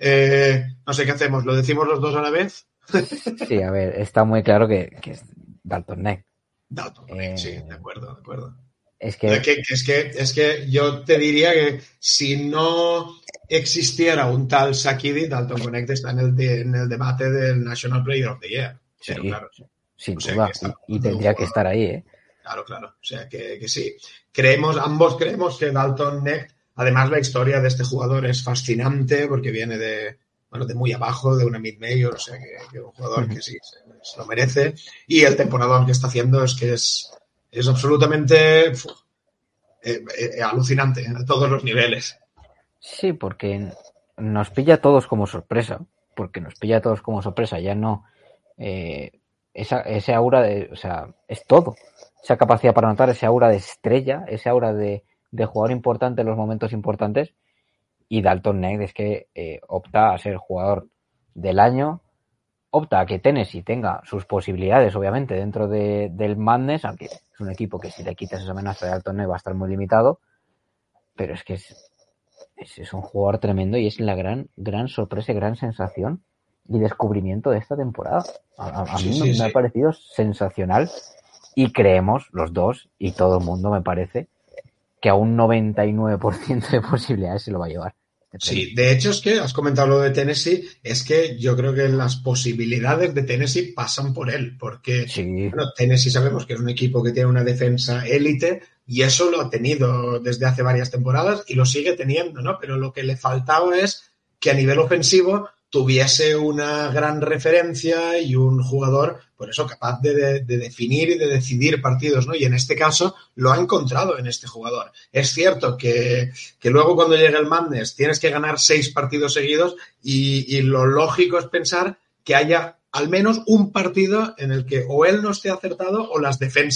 Eh, no sé qué hacemos, ¿lo decimos los dos a la vez?
Sí, a ver, está muy claro que, que es Dalton Neck.
Dalton Neck, eh, sí, de acuerdo, de acuerdo.
Es que...
que, que, es que es que yo te diría que si no existiera un tal Sakidi, Dalton Connect está en el, de, en el debate del National Player of the Year.
Sí,
pero claro,
sin duda, y, y tendría que estar ahí, ¿eh?
Claro, claro, o sea que, que sí. Creemos, ambos creemos que Dalton Neck, además la historia de este jugador es fascinante porque viene de, bueno, de muy abajo, de una mid-major, o sea que, que un jugador que sí, se, se lo merece. Y el temporadón que está haciendo es que es, es absolutamente uf, eh, eh, alucinante a todos los niveles.
Sí, porque nos pilla a todos como sorpresa, porque nos pilla a todos como sorpresa, ya no eh, esa, ese aura de, o sea, es todo, esa capacidad para anotar, ese aura de estrella, ese aura de, de jugador importante en los momentos importantes, y Dalton Neck es que eh, opta a ser jugador del año, opta a que Tennessee tenga sus posibilidades, obviamente, dentro de, del Madness, aunque es un equipo que si le quitas esa amenaza de Dalton Neck va a estar muy limitado, pero es que es, es, es un jugador tremendo y es la gran, gran sorpresa y gran sensación y descubrimiento de esta temporada. A, a, a mí sí, me, sí, me sí. ha parecido sensacional y creemos, los dos, y todo el mundo me parece, que a un noventa y nueve por ciento de posibilidades se lo va a llevar.
Sí, de hecho es que has comentado lo de Tennessee, es que yo creo que las posibilidades de Tennessee pasan por él, porque
sí.
bueno, Tennessee sabemos que es un equipo que tiene una defensa élite y eso lo ha tenido desde hace varias temporadas y lo sigue teniendo, ¿no? Pero lo que le faltaba es que a nivel ofensivo tuviese una gran referencia y un jugador, por eso, capaz de, de, de definir y de decidir partidos, ¿no? Y en este caso lo ha encontrado en este jugador. Es cierto que, que luego cuando llega el Madness tienes que ganar seis partidos seguidos y, y lo lógico es pensar que haya al menos un partido en el que o él no esté acertado o las defensas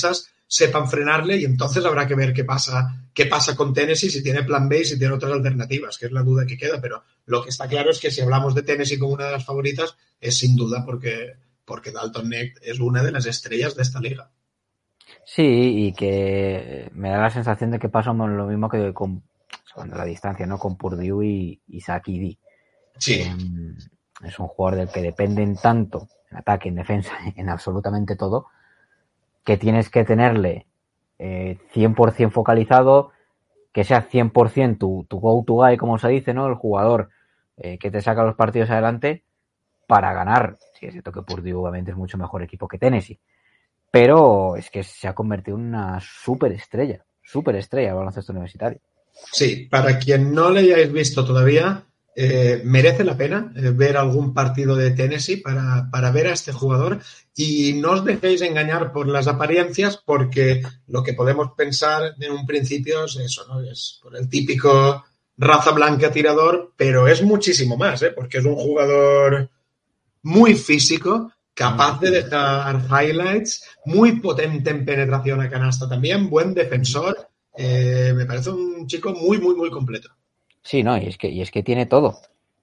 sepan frenarle, y entonces habrá que ver qué pasa, qué pasa con Tennessee, si tiene plan B y si tiene otras alternativas, que es la duda que queda. Pero lo que está claro es que si hablamos de Tennessee como una de las favoritas, es sin duda porque, porque Dalton Knecht es una de las estrellas de esta liga.
Sí, y que me da la sensación de que pasa lo mismo que con cuando la distancia, ¿no? Con Purdue y, y Sakidi.
Sí.
Eh, es un jugador del que dependen tanto en ataque, en defensa, en absolutamente todo, que tienes que tenerle eh, cien por ciento focalizado, que sea cien por ciento tu, tu go-to guy, como se dice, ¿no? El jugador eh, que te saca los partidos adelante para ganar. Sí, es cierto que Purdue obviamente es mucho mejor equipo que Tennessee, pero es que se ha convertido en una superestrella, superestrella el baloncesto universitario.
Sí, para quien no le hayáis visto todavía, eh, merece la pena eh, ver algún partido de Tennessee para, para ver a este jugador, y no os dejéis engañar por las apariencias, porque lo que podemos pensar en un principio es eso, ¿no? Es por el típico raza blanca tirador, pero es muchísimo más, ¿eh? Porque es un jugador muy físico, capaz de dejar highlights, muy potente en penetración a canasta también, buen defensor. Eh, me parece un chico muy, muy, muy completo.
Sí, no, y es que, y es que tiene todo.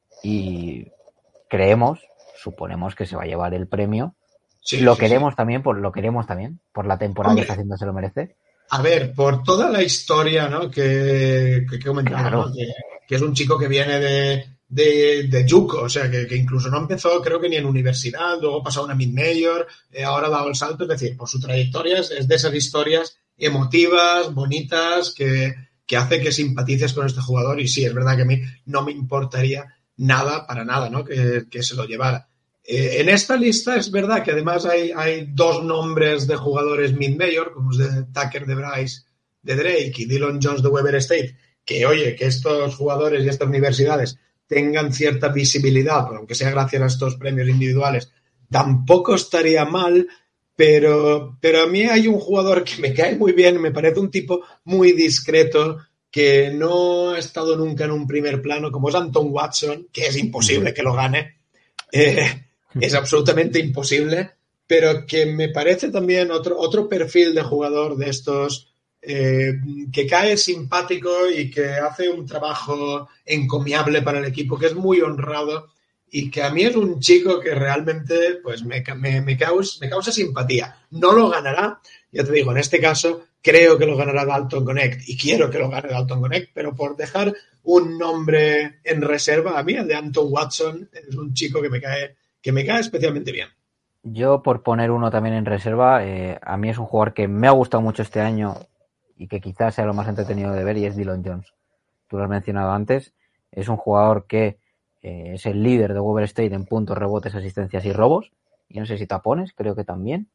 Y creemos, suponemos que se va a llevar el premio.
Sí,
lo
sí,
queremos
sí.
también, por, lo queremos también, por la temporada
Hombre,
que está haciendo, se lo merece.
a ver, por toda la historia, ¿no? que, que, que he comentado,
Claro.
¿no? Que, que es un chico que viene de, de, de JUCO, o sea, que, que incluso no empezó, creo que ni en universidad, luego pasó a una mid-major, eh, ahora ha dado el salto, es decir, por su trayectoria es, es de esas historias emotivas, bonitas, que, que hace que simpatices con este jugador. Y sí, es verdad que a mí no me importaría nada, para nada, ¿no? Que, que se lo llevara. Eh, en esta lista es verdad que además hay, hay dos nombres de jugadores mid-major, como es de Tucker de Bryce de Drake y Dillon Jones de Weber State, que oye, que estos jugadores y estas universidades tengan cierta visibilidad, aunque sea gracias a estos premios individuales, tampoco estaría mal. Pero, pero a mí hay un jugador que me cae muy bien, me parece un tipo muy discreto, que no ha estado nunca en un primer plano, como es Anton Watson, que es imposible que lo gane. Eh, es absolutamente imposible, pero que me parece también otro, otro perfil de jugador de estos eh, que cae simpático y que hace un trabajo encomiable para el equipo, que es muy honrado y que a mí es un chico que realmente pues me, me, me, causa, me causa simpatía. No lo ganará, ya te digo, en este caso creo que lo ganará Dalton Knecht y quiero que lo gane Dalton Knecht, pero por dejar un nombre en reserva, a mí el de Anton Watson es un chico que me cae que me cae especialmente bien.
Yo, por poner uno también en reserva, eh, a mí es un jugador que me ha gustado mucho este año y que quizás sea lo más entretenido de ver, y es Dillon Jones. Tú lo has mencionado antes, es un jugador que eh, es el líder de Weber State en puntos, rebotes, asistencias y robos, y no sé si tapones, creo que también.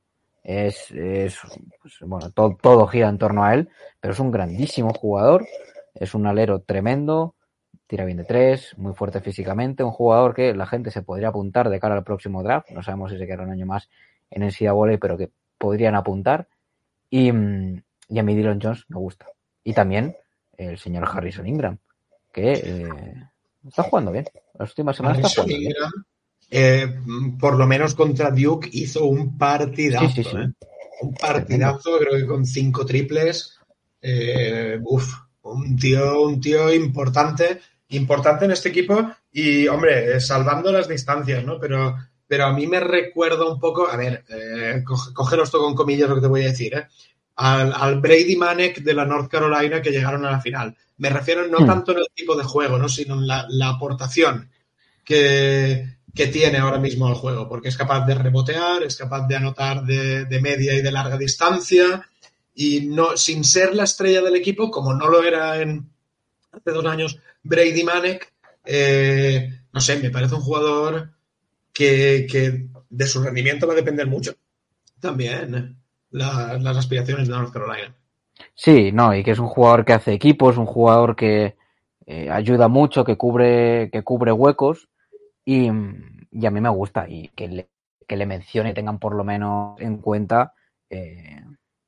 Es, es pues, bueno, todo, todo gira en torno a él, pero es un grandísimo jugador, es un alero tremendo, tira bien de tres, muy fuerte físicamente, un jugador que la gente se podría apuntar de cara al próximo draft, no sabemos si se quedará un año más en N C A A, pero que podrían apuntar, y, y a mí Dillon Jones me gusta. Y también el señor Harrison Ingram, que eh, está jugando bien, las últimas semanas está jugando bien.
Ingram, eh, por lo menos contra Duke hizo un partidazo,
sí, sí, sí.
¿eh? Un partidazo, creo que con cinco triples, eh, uf, un tío, un tío importante, importante en este equipo y, hombre, salvando las distancias, ¿no? Pero, pero a mí me recuerda un poco, a ver, eh, coger esto con comillas lo que te voy a decir, ¿eh? Al, al Brady Manek de la North Carolina que llegaron a la final. Me refiero no hmm. tanto en el tipo de juego, ¿no? Sino en la, la aportación que, que tiene ahora mismo al juego, porque es capaz de rebotear, es capaz de anotar de, de media y de larga distancia, y no, sin ser la estrella del equipo, como no lo era en hace dos años Brady Manek, eh, no sé, me parece un jugador que, que de su rendimiento va a depender mucho también la, las aspiraciones de North Carolina.
Sí, no, y que es un jugador que hace equipo, es un jugador que eh, ayuda mucho, que cubre, que cubre huecos, y, y a mí me gusta, y que le, que le mencione, tengan por lo menos en cuenta, eh,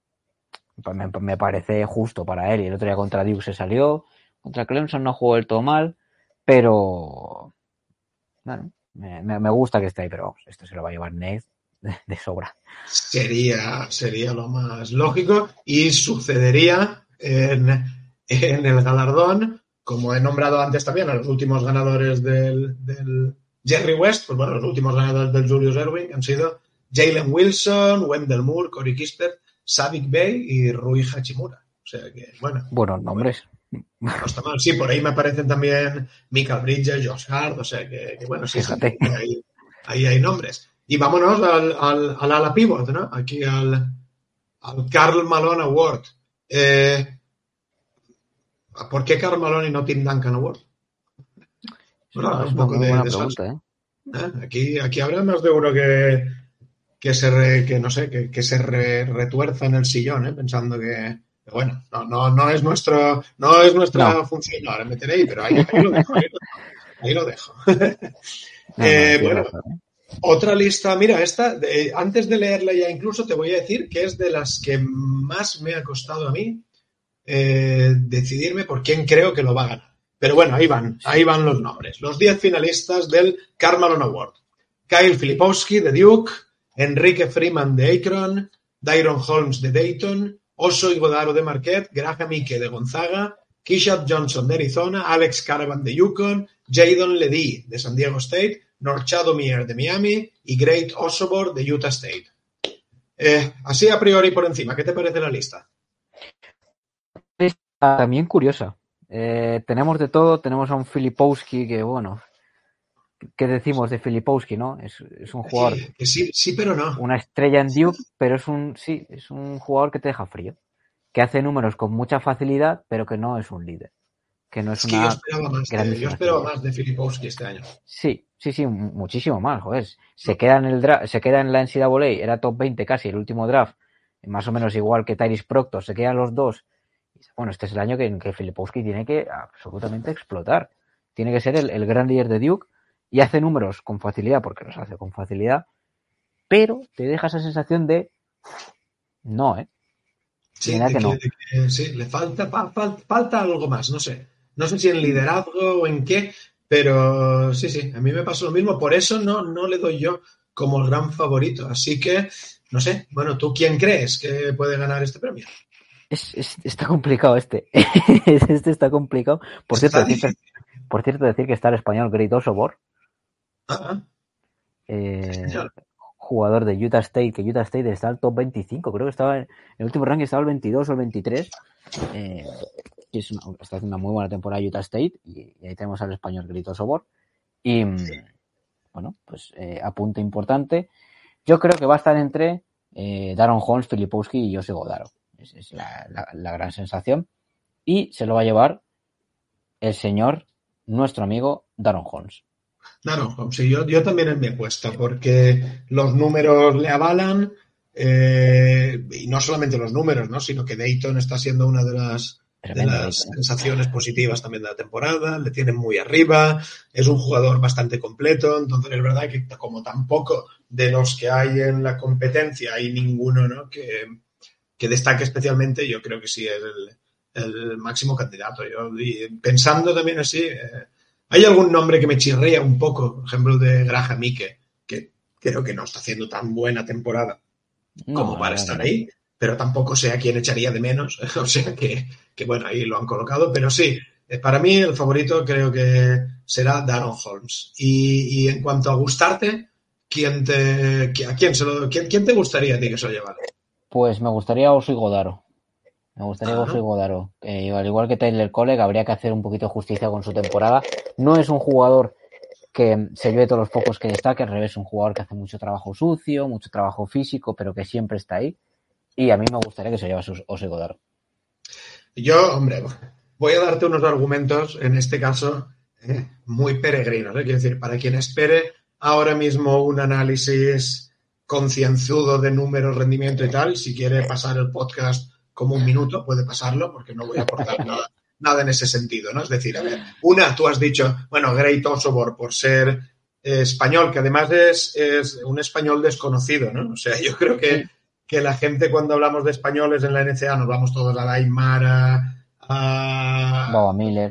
me, me parece justo para él. Y el otro día contra Duke se salió, contra Clemson no jugó del todo mal, pero bueno, me, me, me gusta que esté ahí, pero vamos, esto se lo va a llevar Knecht de, de sobra.
Sería, sería lo más lógico y sucedería en, en el galardón, como he nombrado antes también a los últimos ganadores del, del Jerry West, pues bueno, los últimos ganadores del Julius Erving han sido Jalen Wilson, Wendell Moore, Corey Kispert, Savik Bey y Rui Hachimura. O sea que, bueno.
Buenos nombres.
No está mal. Sí, por ahí me aparecen también Michael Bridges, Josh Hart, o sea que, que bueno, sí,
Fíjate.
sí, ahí, ahí hay nombres. Y vámonos al, al, al ala pivot, ¿no? Aquí al, al Karl Malone Award. Eh, ¿Por qué Karl Malone y no Tim Duncan Award? Bueno,
Es
un
una
poco
muy
de,
buena
de
pregunta, ¿eh?
¿Eh? Aquí, aquí habrá más de uno que, que se re, que no sé, que, que se re, retuerza en el sillón, ¿eh? Pensando que, que bueno, no, no, no es nuestro, no es nuestra
No.
función, no, ahora meteré ahí, pero ahí, ahí lo dejo, ahí lo, ahí lo dejo.
No,
eh,
no,
bueno,
razón, ¿eh?
otra lista, mira, esta, de, antes de leerla ya incluso te voy a decir que es de las que más me ha costado a mí eh, decidirme por quién creo que lo va a ganar. Pero bueno, ahí van, ahí van los nombres. Los diez finalistas del Karl Malone Award. Kyle Filipowski de Duke, Enrique Freeman de Akron, Dairon Holmes de Dayton, Oso Ighodaro de Marquette, Graham Ike de Gonzaga, Keyshawn Johnson de Arizona, Alex Caravan de Yukon, Jadon Ledee de San Diego State, Norchad Omier de Miami y Great Osobor de Utah State. Eh, así a priori por encima, ¿qué te parece la lista?
También curiosa. Eh, tenemos de todo, tenemos a un Filipowski que, bueno, ¿qué decimos de Filipowski, no? Es, es un jugador,
Sí, que sí, sí, pero no.
una estrella en Duke, pero es un, sí, es un jugador que te deja frío, que hace números con mucha facilidad, pero que no es un líder, que no es,
Es que
una
yo esperaba más de, yo esperaba más de Filipowski este año.
Sí, sí, sí, muchísimo más, joder. Se queda en el draft, se queda en la N C double A, era top veinte casi el último draft, más o menos igual que Tyrese Proctor, se quedan los dos. Bueno, este es el año que, que Filipowski tiene que absolutamente explotar. Tiene que ser el, el gran líder de Duke y hace números con facilidad, porque los hace con facilidad, pero te deja esa sensación de no, ¿eh?
Sí,
Mira
de
que
que,
no.
de que, sí, le falta, fa, fa, falta algo más, no sé. No sé si en liderazgo o en qué, pero sí, sí, a mí me pasó lo mismo. Por eso no, no le doy yo como el gran favorito. Así que, no sé, bueno, ¿tú quién crees que puede ganar este premio?
Es, es, está complicado este. Este está complicado. Por cierto, decir, por cierto, decir que está el español Great Osobor.
Ah,
eh, jugador de Utah State, que Utah State está en el top veinticinco. Creo que estaba en el último ranking, estaba el veintidós o el veintitrés. Eh, que es una, está haciendo una muy buena temporada Utah State. Y, y ahí tenemos al español Great Osobor. Y bueno, pues eh, apunte importante. Yo creo que va a estar entre eh, Daron Holmes, Filipowski y Jose Godaro. Esa es la, la, la gran sensación. Y se lo va a llevar el señor, nuestro amigo Daron Holmes.
Daron Holmes, sí, yo, yo también en mi apuesta, porque los números le avalan, eh, y no solamente los números, ¿no? Sino que Dayton está siendo una de las, de las sensaciones positivas también de la temporada, le tienen muy arriba, es un jugador bastante completo, entonces es verdad que como tampoco de los que hay en la competencia hay ninguno, ¿no? que que destaque especialmente, yo creo que sí es el, el máximo candidato. Yo, y pensando también así, eh, hay algún nombre que me chirría un poco, por ejemplo, de Graham Ike, que creo que no está haciendo tan buena temporada como no, para no, estar no. ahí, pero tampoco sé a quién echaría de menos, o sea que, que, bueno, ahí lo han colocado, pero sí, para mí el favorito creo que será Daron Holmes. Y, y en cuanto a gustarte, ¿quién te, a quién, se lo, quién, quién te gustaría a ti que se lo llevara?
Pues me gustaría Oso Ighodaro. Me gustaría Oso Ighodaro. Eh, al igual que Tyler Colleg, habría que hacer un poquito de justicia con su temporada. No es un jugador que se lleve todos los focos que destaque, al revés, es un jugador que hace mucho trabajo sucio, mucho trabajo físico, pero que siempre está ahí. Y a mí me gustaría que se llevase Oso Ighodaro.
Yo, hombre, voy a darte unos argumentos, en este caso, eh, muy peregrinos. ¿eh? Quiero decir, para quien espere ahora mismo un análisis concienzudo de números, rendimiento y tal, si quiere pasar el podcast como un minuto, puede pasarlo, porque no voy a aportar nada, nada en ese sentido, ¿no? Es decir, a ver, una, tú has dicho, bueno, Great Osobor, por ser eh, español, que además es, es un español desconocido, ¿no? O sea, yo creo que, que la gente cuando hablamos de españoles en la N C A A nos vamos todos a la Aymara, a...
Baba Miller.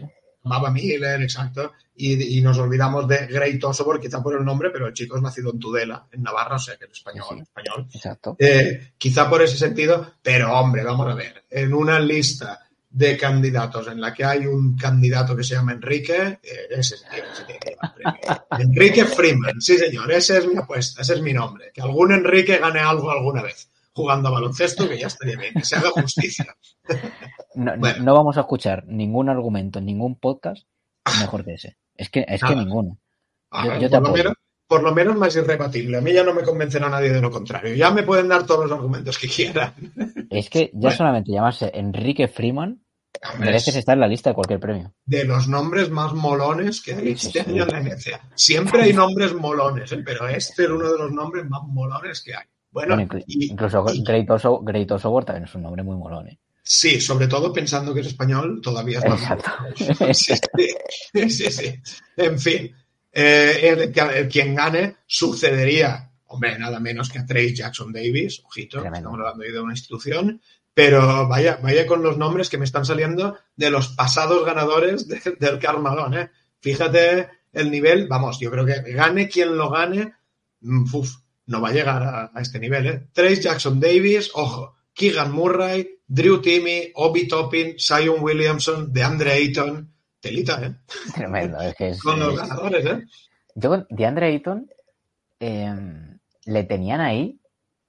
Baba Miller, exacto, y, y nos olvidamos de Great Osobor, quizá por el nombre, pero el chico es nacido en Tudela, en Navarra, o sea que es español,
Sí,
español.
exacto.
Eh, quizá por ese sentido, pero hombre, vamos a ver, en una lista de candidatos en la que hay un candidato que se llama Enrique, eh, ese es el que se tiene que llevar el premio. Enrique Freeman, sí señor, ese es mi apuesta, ese es mi nombre, que algún Enrique gane algo alguna vez jugando a baloncesto, que ya estaría bien, que se haga justicia.
No,
Bueno.
no vamos a escuchar ningún argumento en ningún podcast mejor que ese. Es que, es que
Nada.
ninguno.
Ah,
Yo, yo te
por, lo
apoyo.
menos, por lo menos más irrebatible. A mí ya no me convencerá nadie de lo contrario. Ya me pueden dar todos los argumentos que quieran.
Es que ya
Bueno.
solamente llamarse Enrique Freeman
Hombre,
mereces
es
estar en la lista de cualquier premio.
de los nombres más molones que hay
Sí,
este
sí.
año en la N C A A. Siempre hay nombres molones, ¿eh? Pero este es uno de los nombres más molones que hay. Bueno,
Bueno, inclu-
y,
incluso
y-
Great Oso, Great Osobor también es un nombre muy molón, ¿eh?
sí, sobre todo pensando que es español, todavía es más
Exacto.
molón. Sí, sí, sí, sí. En fin, eh, el, el, quien gane sucedería, hombre, nada menos que a Trey Jackson Davis, ojito,
Tremendo.
estamos hablando ahí de una institución, pero vaya, vaya con los nombres que me están saliendo de los pasados ganadores de, del Carmalón, ¿eh? Fíjate el nivel, vamos, yo creo que gane quien lo gane, uf, no va a llegar a, a este nivel, ¿eh? Trey Jackson Davis, ojo, Keegan Murray, Drew Timme, Obi Toppin, Zion Williamson, DeAndre Ayton, telita, ¿eh?
Tremendo. Es que es,
Con los
es-
ganadores, ¿eh?
Yo con DeAndre Ayton eh, le tenían ahí.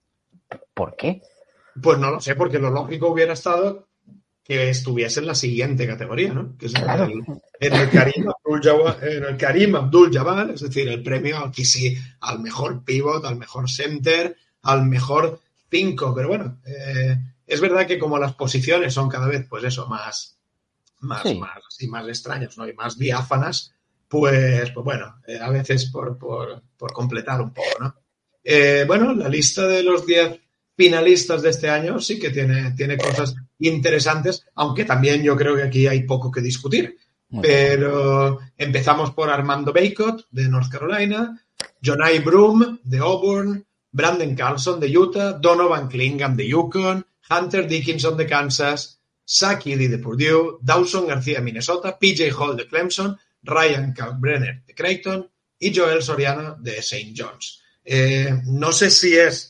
¿Por qué?
Pues no lo sé, porque lo lógico hubiera estado que estuviese en la siguiente categoría, ¿no? Que es
Claro.
el, en el Karim Abdul-Jabbar, en el Karim Abdul-Jabbar, es decir, el premio aquí sí al mejor pivot, al mejor center, al mejor cinco. Pero bueno, eh, es verdad que como las posiciones son cada vez, pues eso, más, más,
Sí.
más, así, más extrañas, ¿no? Y más diáfanas, pues, pues bueno, eh, a veces por, por, por completar un poco, ¿no? Eh, bueno, la lista de los diez finalistas de este año sí que tiene, tiene cosas interesantes, aunque también yo creo que aquí hay poco que discutir.
Muy
Pero empezamos por Armando Bacot, de North Carolina, Johni Broome, de Auburn, Brandon Carlson, de Utah, Donovan Clingan, de Yukon, Hunter Dickinson, de Kansas, Zach Edey, de Purdue, Dawson García, de Minnesota, P J Hall, de Clemson, Ryan Kalkbrenner, de Creighton y Joel Soriano, de Saint John's. Eh, no sé si es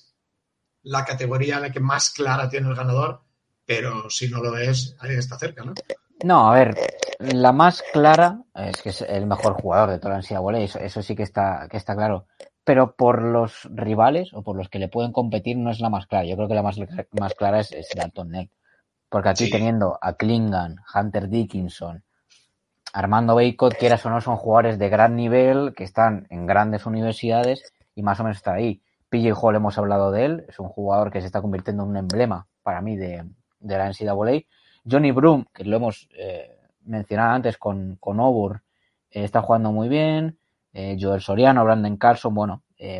la categoría en la que más clara tiene el ganador, pero si no lo es, ahí está cerca, ¿no?
No, a ver, la más clara es que es el mejor jugador de toda la N C A A, eso, eso sí que está, que está claro. Pero por los rivales o por los que le pueden competir no es la más clara. Yo creo que la más, más clara es, es Dalton Nell. Porque aquí
Sí.
teniendo a Clingan, Hunter Dickinson, Armando Bacot, quieras o no, son jugadores de gran nivel que están en grandes universidades y más o menos está ahí. P J Hall, hemos hablado de él, es un jugador que se está convirtiendo en un emblema para mí de, de la N C A A. Johni Broome, que lo hemos eh, mencionado antes con, con Auburn, eh, está jugando muy bien. Eh, Joel Soriano, Brandon Carlson, bueno, eh,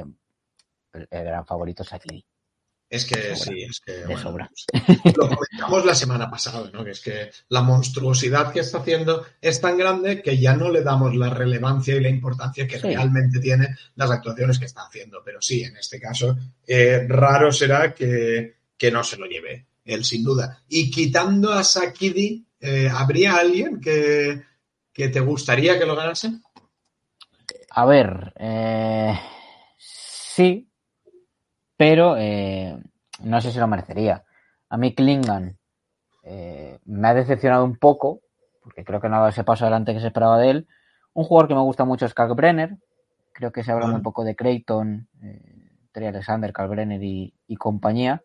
el, el gran favorito es Zach Edey.
Es que
De sobra.
sí, es que
De
bueno,
sobra.
lo comentamos la semana pasada, ¿no? Que es que la monstruosidad que está haciendo es tan grande que ya no le damos la relevancia y la importancia que
Sí.
realmente tiene las actuaciones que está haciendo. Pero sí, en este caso, eh, raro será que, que no se lo lleve él, sin duda. Y quitando a Zach Edey, eh, ¿habría alguien que, que te gustaría que lo ganase?
A ver, eh, sí, pero eh, no sé si lo merecería. A mí Clingan eh, me ha decepcionado un poco, porque creo que no ha dado ese paso adelante que se esperaba de él. Un jugador que me gusta mucho es Kalkbrenner. Creo que se habla
Ah.
muy poco de Creighton, eh, Trey Alexander, Kalkbrenner y, y compañía.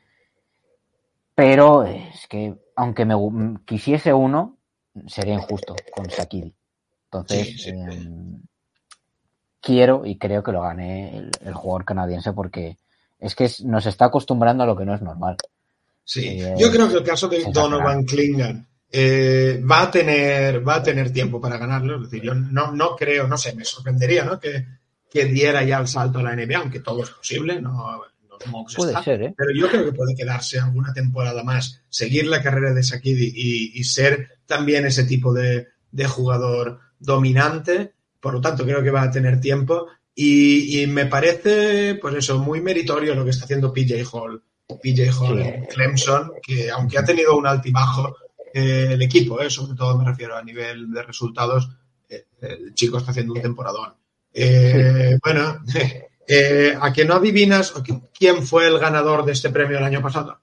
Pero es que, aunque me gu- quisiese uno, sería injusto con Zach Edey. Entonces,
Sí, sí,
eh,
sí.
quiero y creo que lo gane el, el jugador canadiense porque es que es- nos está acostumbrando a lo que no es normal.
Sí,
Eh,
yo creo que el caso de
sensacional.
Donovan Clingan eh, va a tener va a tener tiempo para ganarlo. Es decir, yo no, no creo, no sé, me sorprendería, ¿no? que, que diera ya el salto a la N B A, aunque todo es posible, no los mocks
Puede
están.
ser, ¿eh?
Pero yo creo que puede quedarse alguna temporada más, seguir la carrera de Zach Edey y, y ser también ese tipo de, de jugador dominante. Por lo tanto, creo que va a tener tiempo. Y, y me parece, pues eso, muy meritorio lo que está haciendo P J Hall. P J Hall
Sí.
en Clemson, que aunque ha tenido un altibajo, eh, el equipo, eh, sobre todo me refiero a nivel de resultados, eh, el chico está haciendo un temporadón. Eh, bueno, eh, ¿a que no adivinas quién fue el ganador de este premio el año pasado?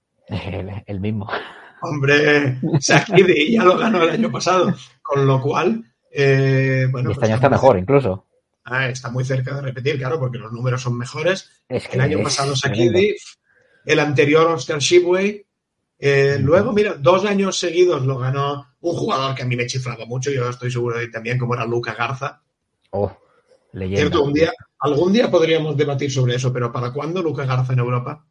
El, el mismo.
Hombre, Shaqiri ya lo ganó el año pasado, con lo cual, eh, bueno,
y este
pues
año está mejor, incluso.
Ah, está muy cerca de repetir, claro, porque los números son mejores.
Es que
el año
es
pasado Shaqiri, el anterior Oscar Tshiebwe. Eh, mm. Luego, mira, dos años seguidos lo ganó un jugador que a mí me chiflaba mucho, yo estoy seguro de también, como era Luka Garza.
Oh, leyenda.
Cierto, un día, algún día podríamos debatir sobre eso, pero ¿para cuándo Luka Garza en Europa?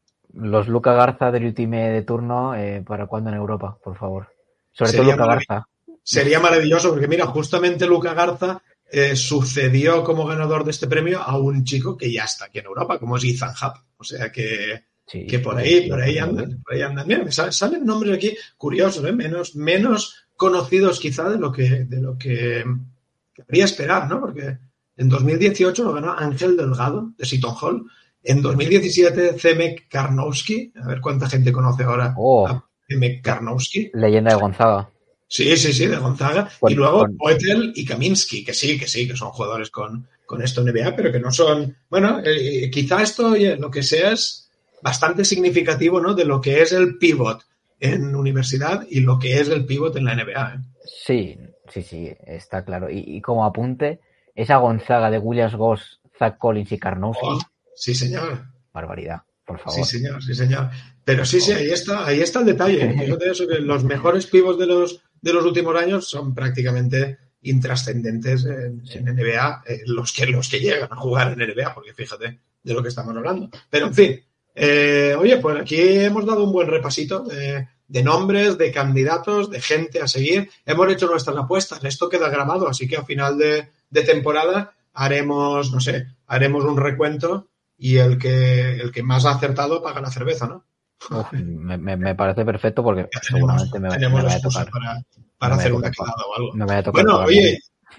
Los Luka Garza del Ultimate de turno, eh, ¿para cuándo en Europa, por favor? Sobre sería todo Luka Garza.
Sería maravilloso, porque mira, justamente Luka Garza eh, sucedió como ganador de este premio a un chico que ya está aquí en Europa, como es Ethan Happ. O sea que, sí, que por ahí, por ahí andan, por ahí andan. Mira, me salen nombres aquí curiosos, ¿eh? menos, menos conocidos quizá de lo que, de lo que quería esperar, ¿no? Porque en dos mil dieciocho lo ganó Ángel Delgado, de Seton Hall. En dos mil diecisiete, Zemek Karnowski. A ver cuánta gente conoce ahora
oh,
a Zemek Karnowski.
Leyenda de Gonzaga.
Sí, sí, sí, de Gonzaga. Con, y luego con... Poeltl y Kaminsky, que sí, que sí, que son jugadores con, con esto N B A, pero que no son... Bueno, eh, quizá esto, oye, lo que sea es bastante significativo, ¿no? De lo que es el pivot en universidad y lo que es el pivot en la N B A. ¿eh?
Sí, sí, sí, está claro. Y, y como apunte, esa Gonzaga de Williams Goss, Zach Collins y Karnowski...
Oh, sí, señor.
Barbaridad, por favor.
Sí, señor, sí, señor. Pero sí, sí, ahí está, ahí está el detalle. Fíjate eso, que los mejores pivots de los... de los últimos años son prácticamente intrascendentes en, sí. en N B A, eh, los, que, los que llegan a jugar en N B A, porque fíjate de lo que estamos hablando. Pero, en fin, eh, oye, pues aquí hemos dado un buen repasito de, de nombres, de candidatos, de gente a seguir. Hemos hecho nuestras apuestas, esto queda grabado, así que a final de, de temporada haremos, no sé, haremos un recuento y el que, el que más ha acertado paga la cerveza, ¿no?
Uf, me, me, me parece perfecto porque
ya tenemos,
seguramente me,
tenemos
me
la
vaya a
excusa
tocar.
para, para hacer una cagada o algo.
Me vaya a tocar
bueno, oye,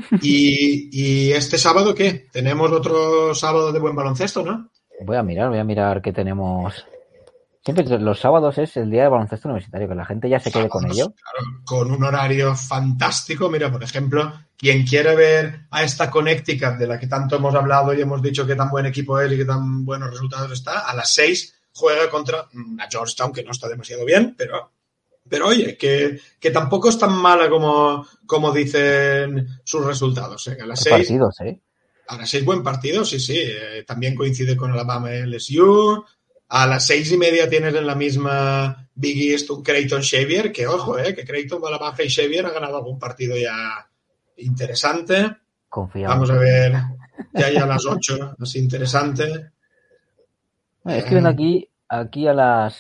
y, y este sábado, ¿qué? Tenemos otro sábado de buen baloncesto, ¿no?
Voy a mirar, voy a mirar qué tenemos. Siempre los sábados es el día de baloncesto universitario, que la gente ya se quede
sábados,
con ello.
Claro, con un horario fantástico. Mira, por ejemplo, quien quiere ver a esta Connecticut de la que tanto hemos hablado y hemos dicho qué tan buen equipo es y qué tan buenos resultados está, a las seis juega contra una Georgetown que no está demasiado bien, pero, pero oye, que, que tampoco es tan mala como, como dicen sus resultados. ¿eh? A las seis,
partidos, ¿eh?
A las seis buen partido, sí, sí. Eh, también coincide con Alabama L S U. A las seis y media tienes en la misma Big East un Creighton Xavier, que ojo, eh, que Creighton va a la baja y Xavier ha ganado algún partido ya interesante.
Confiamos.
Vamos a ver, ya hay a las ocho, así interesante.
Es que ven aquí, aquí a las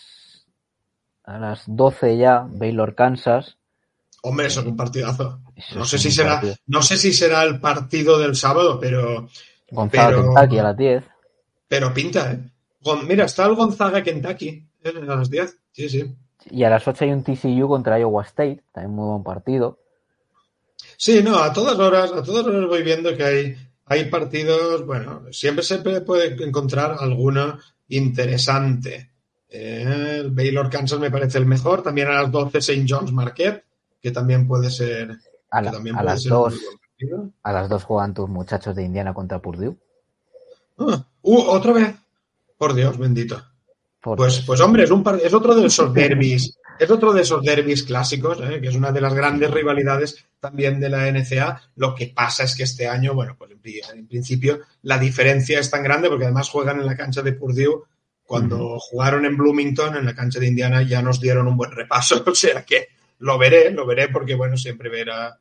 a las doce ya, Baylor, Kansas.
Hombre, eso es un partidazo.
Eso
no
es
sé si
un
será,
partido.
no sé si será el partido del sábado, pero
Gonzaga,
pero,
Kentucky a las diez.
Pero pinta, ¿eh? Mira, está el Gonzaga Kentucky ¿eh? A las diez. Sí, sí.
Y a las ocho hay un T C U contra Iowa State, también muy buen partido.
Sí, no, a todas horas, a todas horas voy viendo que hay, hay partidos, bueno, siempre se puede encontrar alguno interesante. Eh, el Baylor Kansas me parece el mejor. También a las doce Saint John's Marquette, que también puede ser.
A, la,
también
a
puede
las
ser
dos. A las dos juegan tus muchachos de Indiana contra Purdue.
Ah, uh, otra vez. Por Dios, bendito.
Por
pues,
Dios.
pues hombre, es un par, es otro de esos derbis, es otro de esos derbis clásicos, ¿eh? Que es una de las grandes rivalidades también de la N C A A. Lo que pasa es que este año, bueno, pues en, en principio la diferencia es tan grande porque además juegan en la cancha de Purdue. Cuando uh-huh. jugaron en Bloomington, en la cancha de Indiana, ya nos dieron un buen repaso. O sea que lo veré, lo veré porque, bueno, siempre ver a,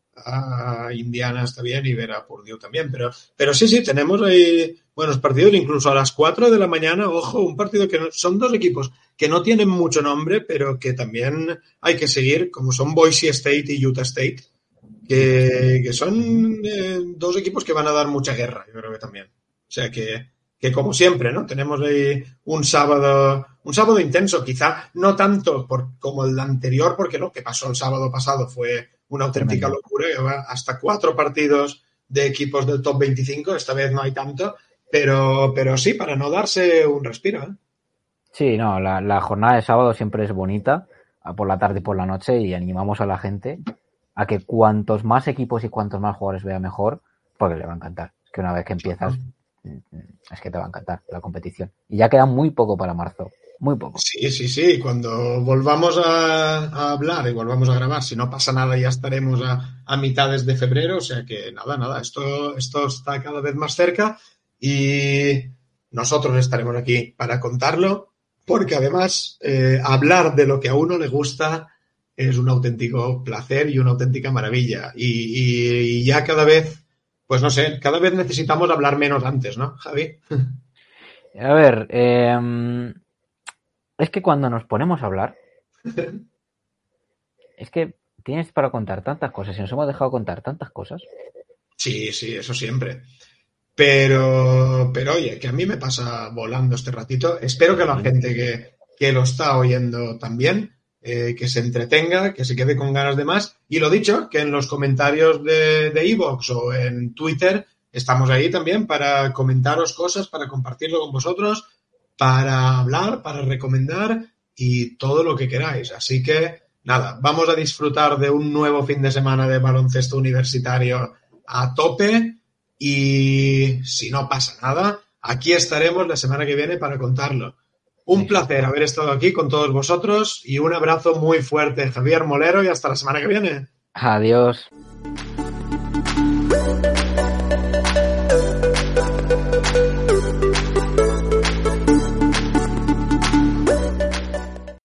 a Indiana está bien y ver a Purdue también. Pero, pero sí, sí, tenemos ahí buenos partidos, incluso a las cuatro de la mañana. Ojo, un partido que no, son dos equipos que no tienen mucho nombre, pero que también hay que seguir, como son Boise State y Utah State, que, que son eh, dos equipos que van a dar mucha guerra, yo creo que también. O sea que que como siempre, ¿no? Tenemos ahí un sábado, un sábado intenso, quizá no tanto por, como el anterior, porque lo que pasó el sábado pasado fue una auténtica Tremendo. locura, hasta cuatro partidos de equipos del top veinticinco, esta vez no hay tanto, pero, pero sí, para no darse un respiro, ¿eh?
Sí, no, la, la jornada de sábado siempre es bonita, por la tarde y por la noche y animamos a la gente a que cuantos más equipos y cuantos más jugadores vea mejor, porque le va a encantar. Es que una vez que empiezas, es que te va a encantar la competición. Y ya queda muy poco para marzo. Muy poco.
Sí, sí, sí. Cuando volvamos a, a hablar y volvamos a grabar, si no pasa nada, ya estaremos a, a mitades de febrero. O sea que nada, nada, esto, esto está cada vez más cerca y nosotros estaremos aquí para contarlo, porque además eh, hablar de lo que a uno le gusta es un auténtico placer y una auténtica maravilla. Y, y, y ya cada vez, pues no sé, cada vez necesitamos hablar menos antes, ¿no, Javi?
A ver, eh... es que cuando nos ponemos a hablar, es que tienes para contar tantas cosas y nos hemos dejado contar tantas cosas.
Sí, sí, eso siempre. Pero, pero oye, que a mí me pasa volando este ratito. Espero que la gente que, que lo está oyendo también, eh, que se entretenga, que se quede con ganas de más. Y lo dicho, que en los comentarios de de iVoox o en Twitter estamos ahí también para comentaros cosas, para compartirlo con vosotros, para hablar, para recomendar y todo lo que queráis. Así que, nada, vamos a disfrutar de un nuevo fin de semana de baloncesto universitario a tope y si no pasa nada, aquí estaremos la semana que viene para contarlo. Un placer haber estado aquí con todos vosotros y un abrazo muy fuerte, Javier Molero, y hasta la semana que viene.
Adiós.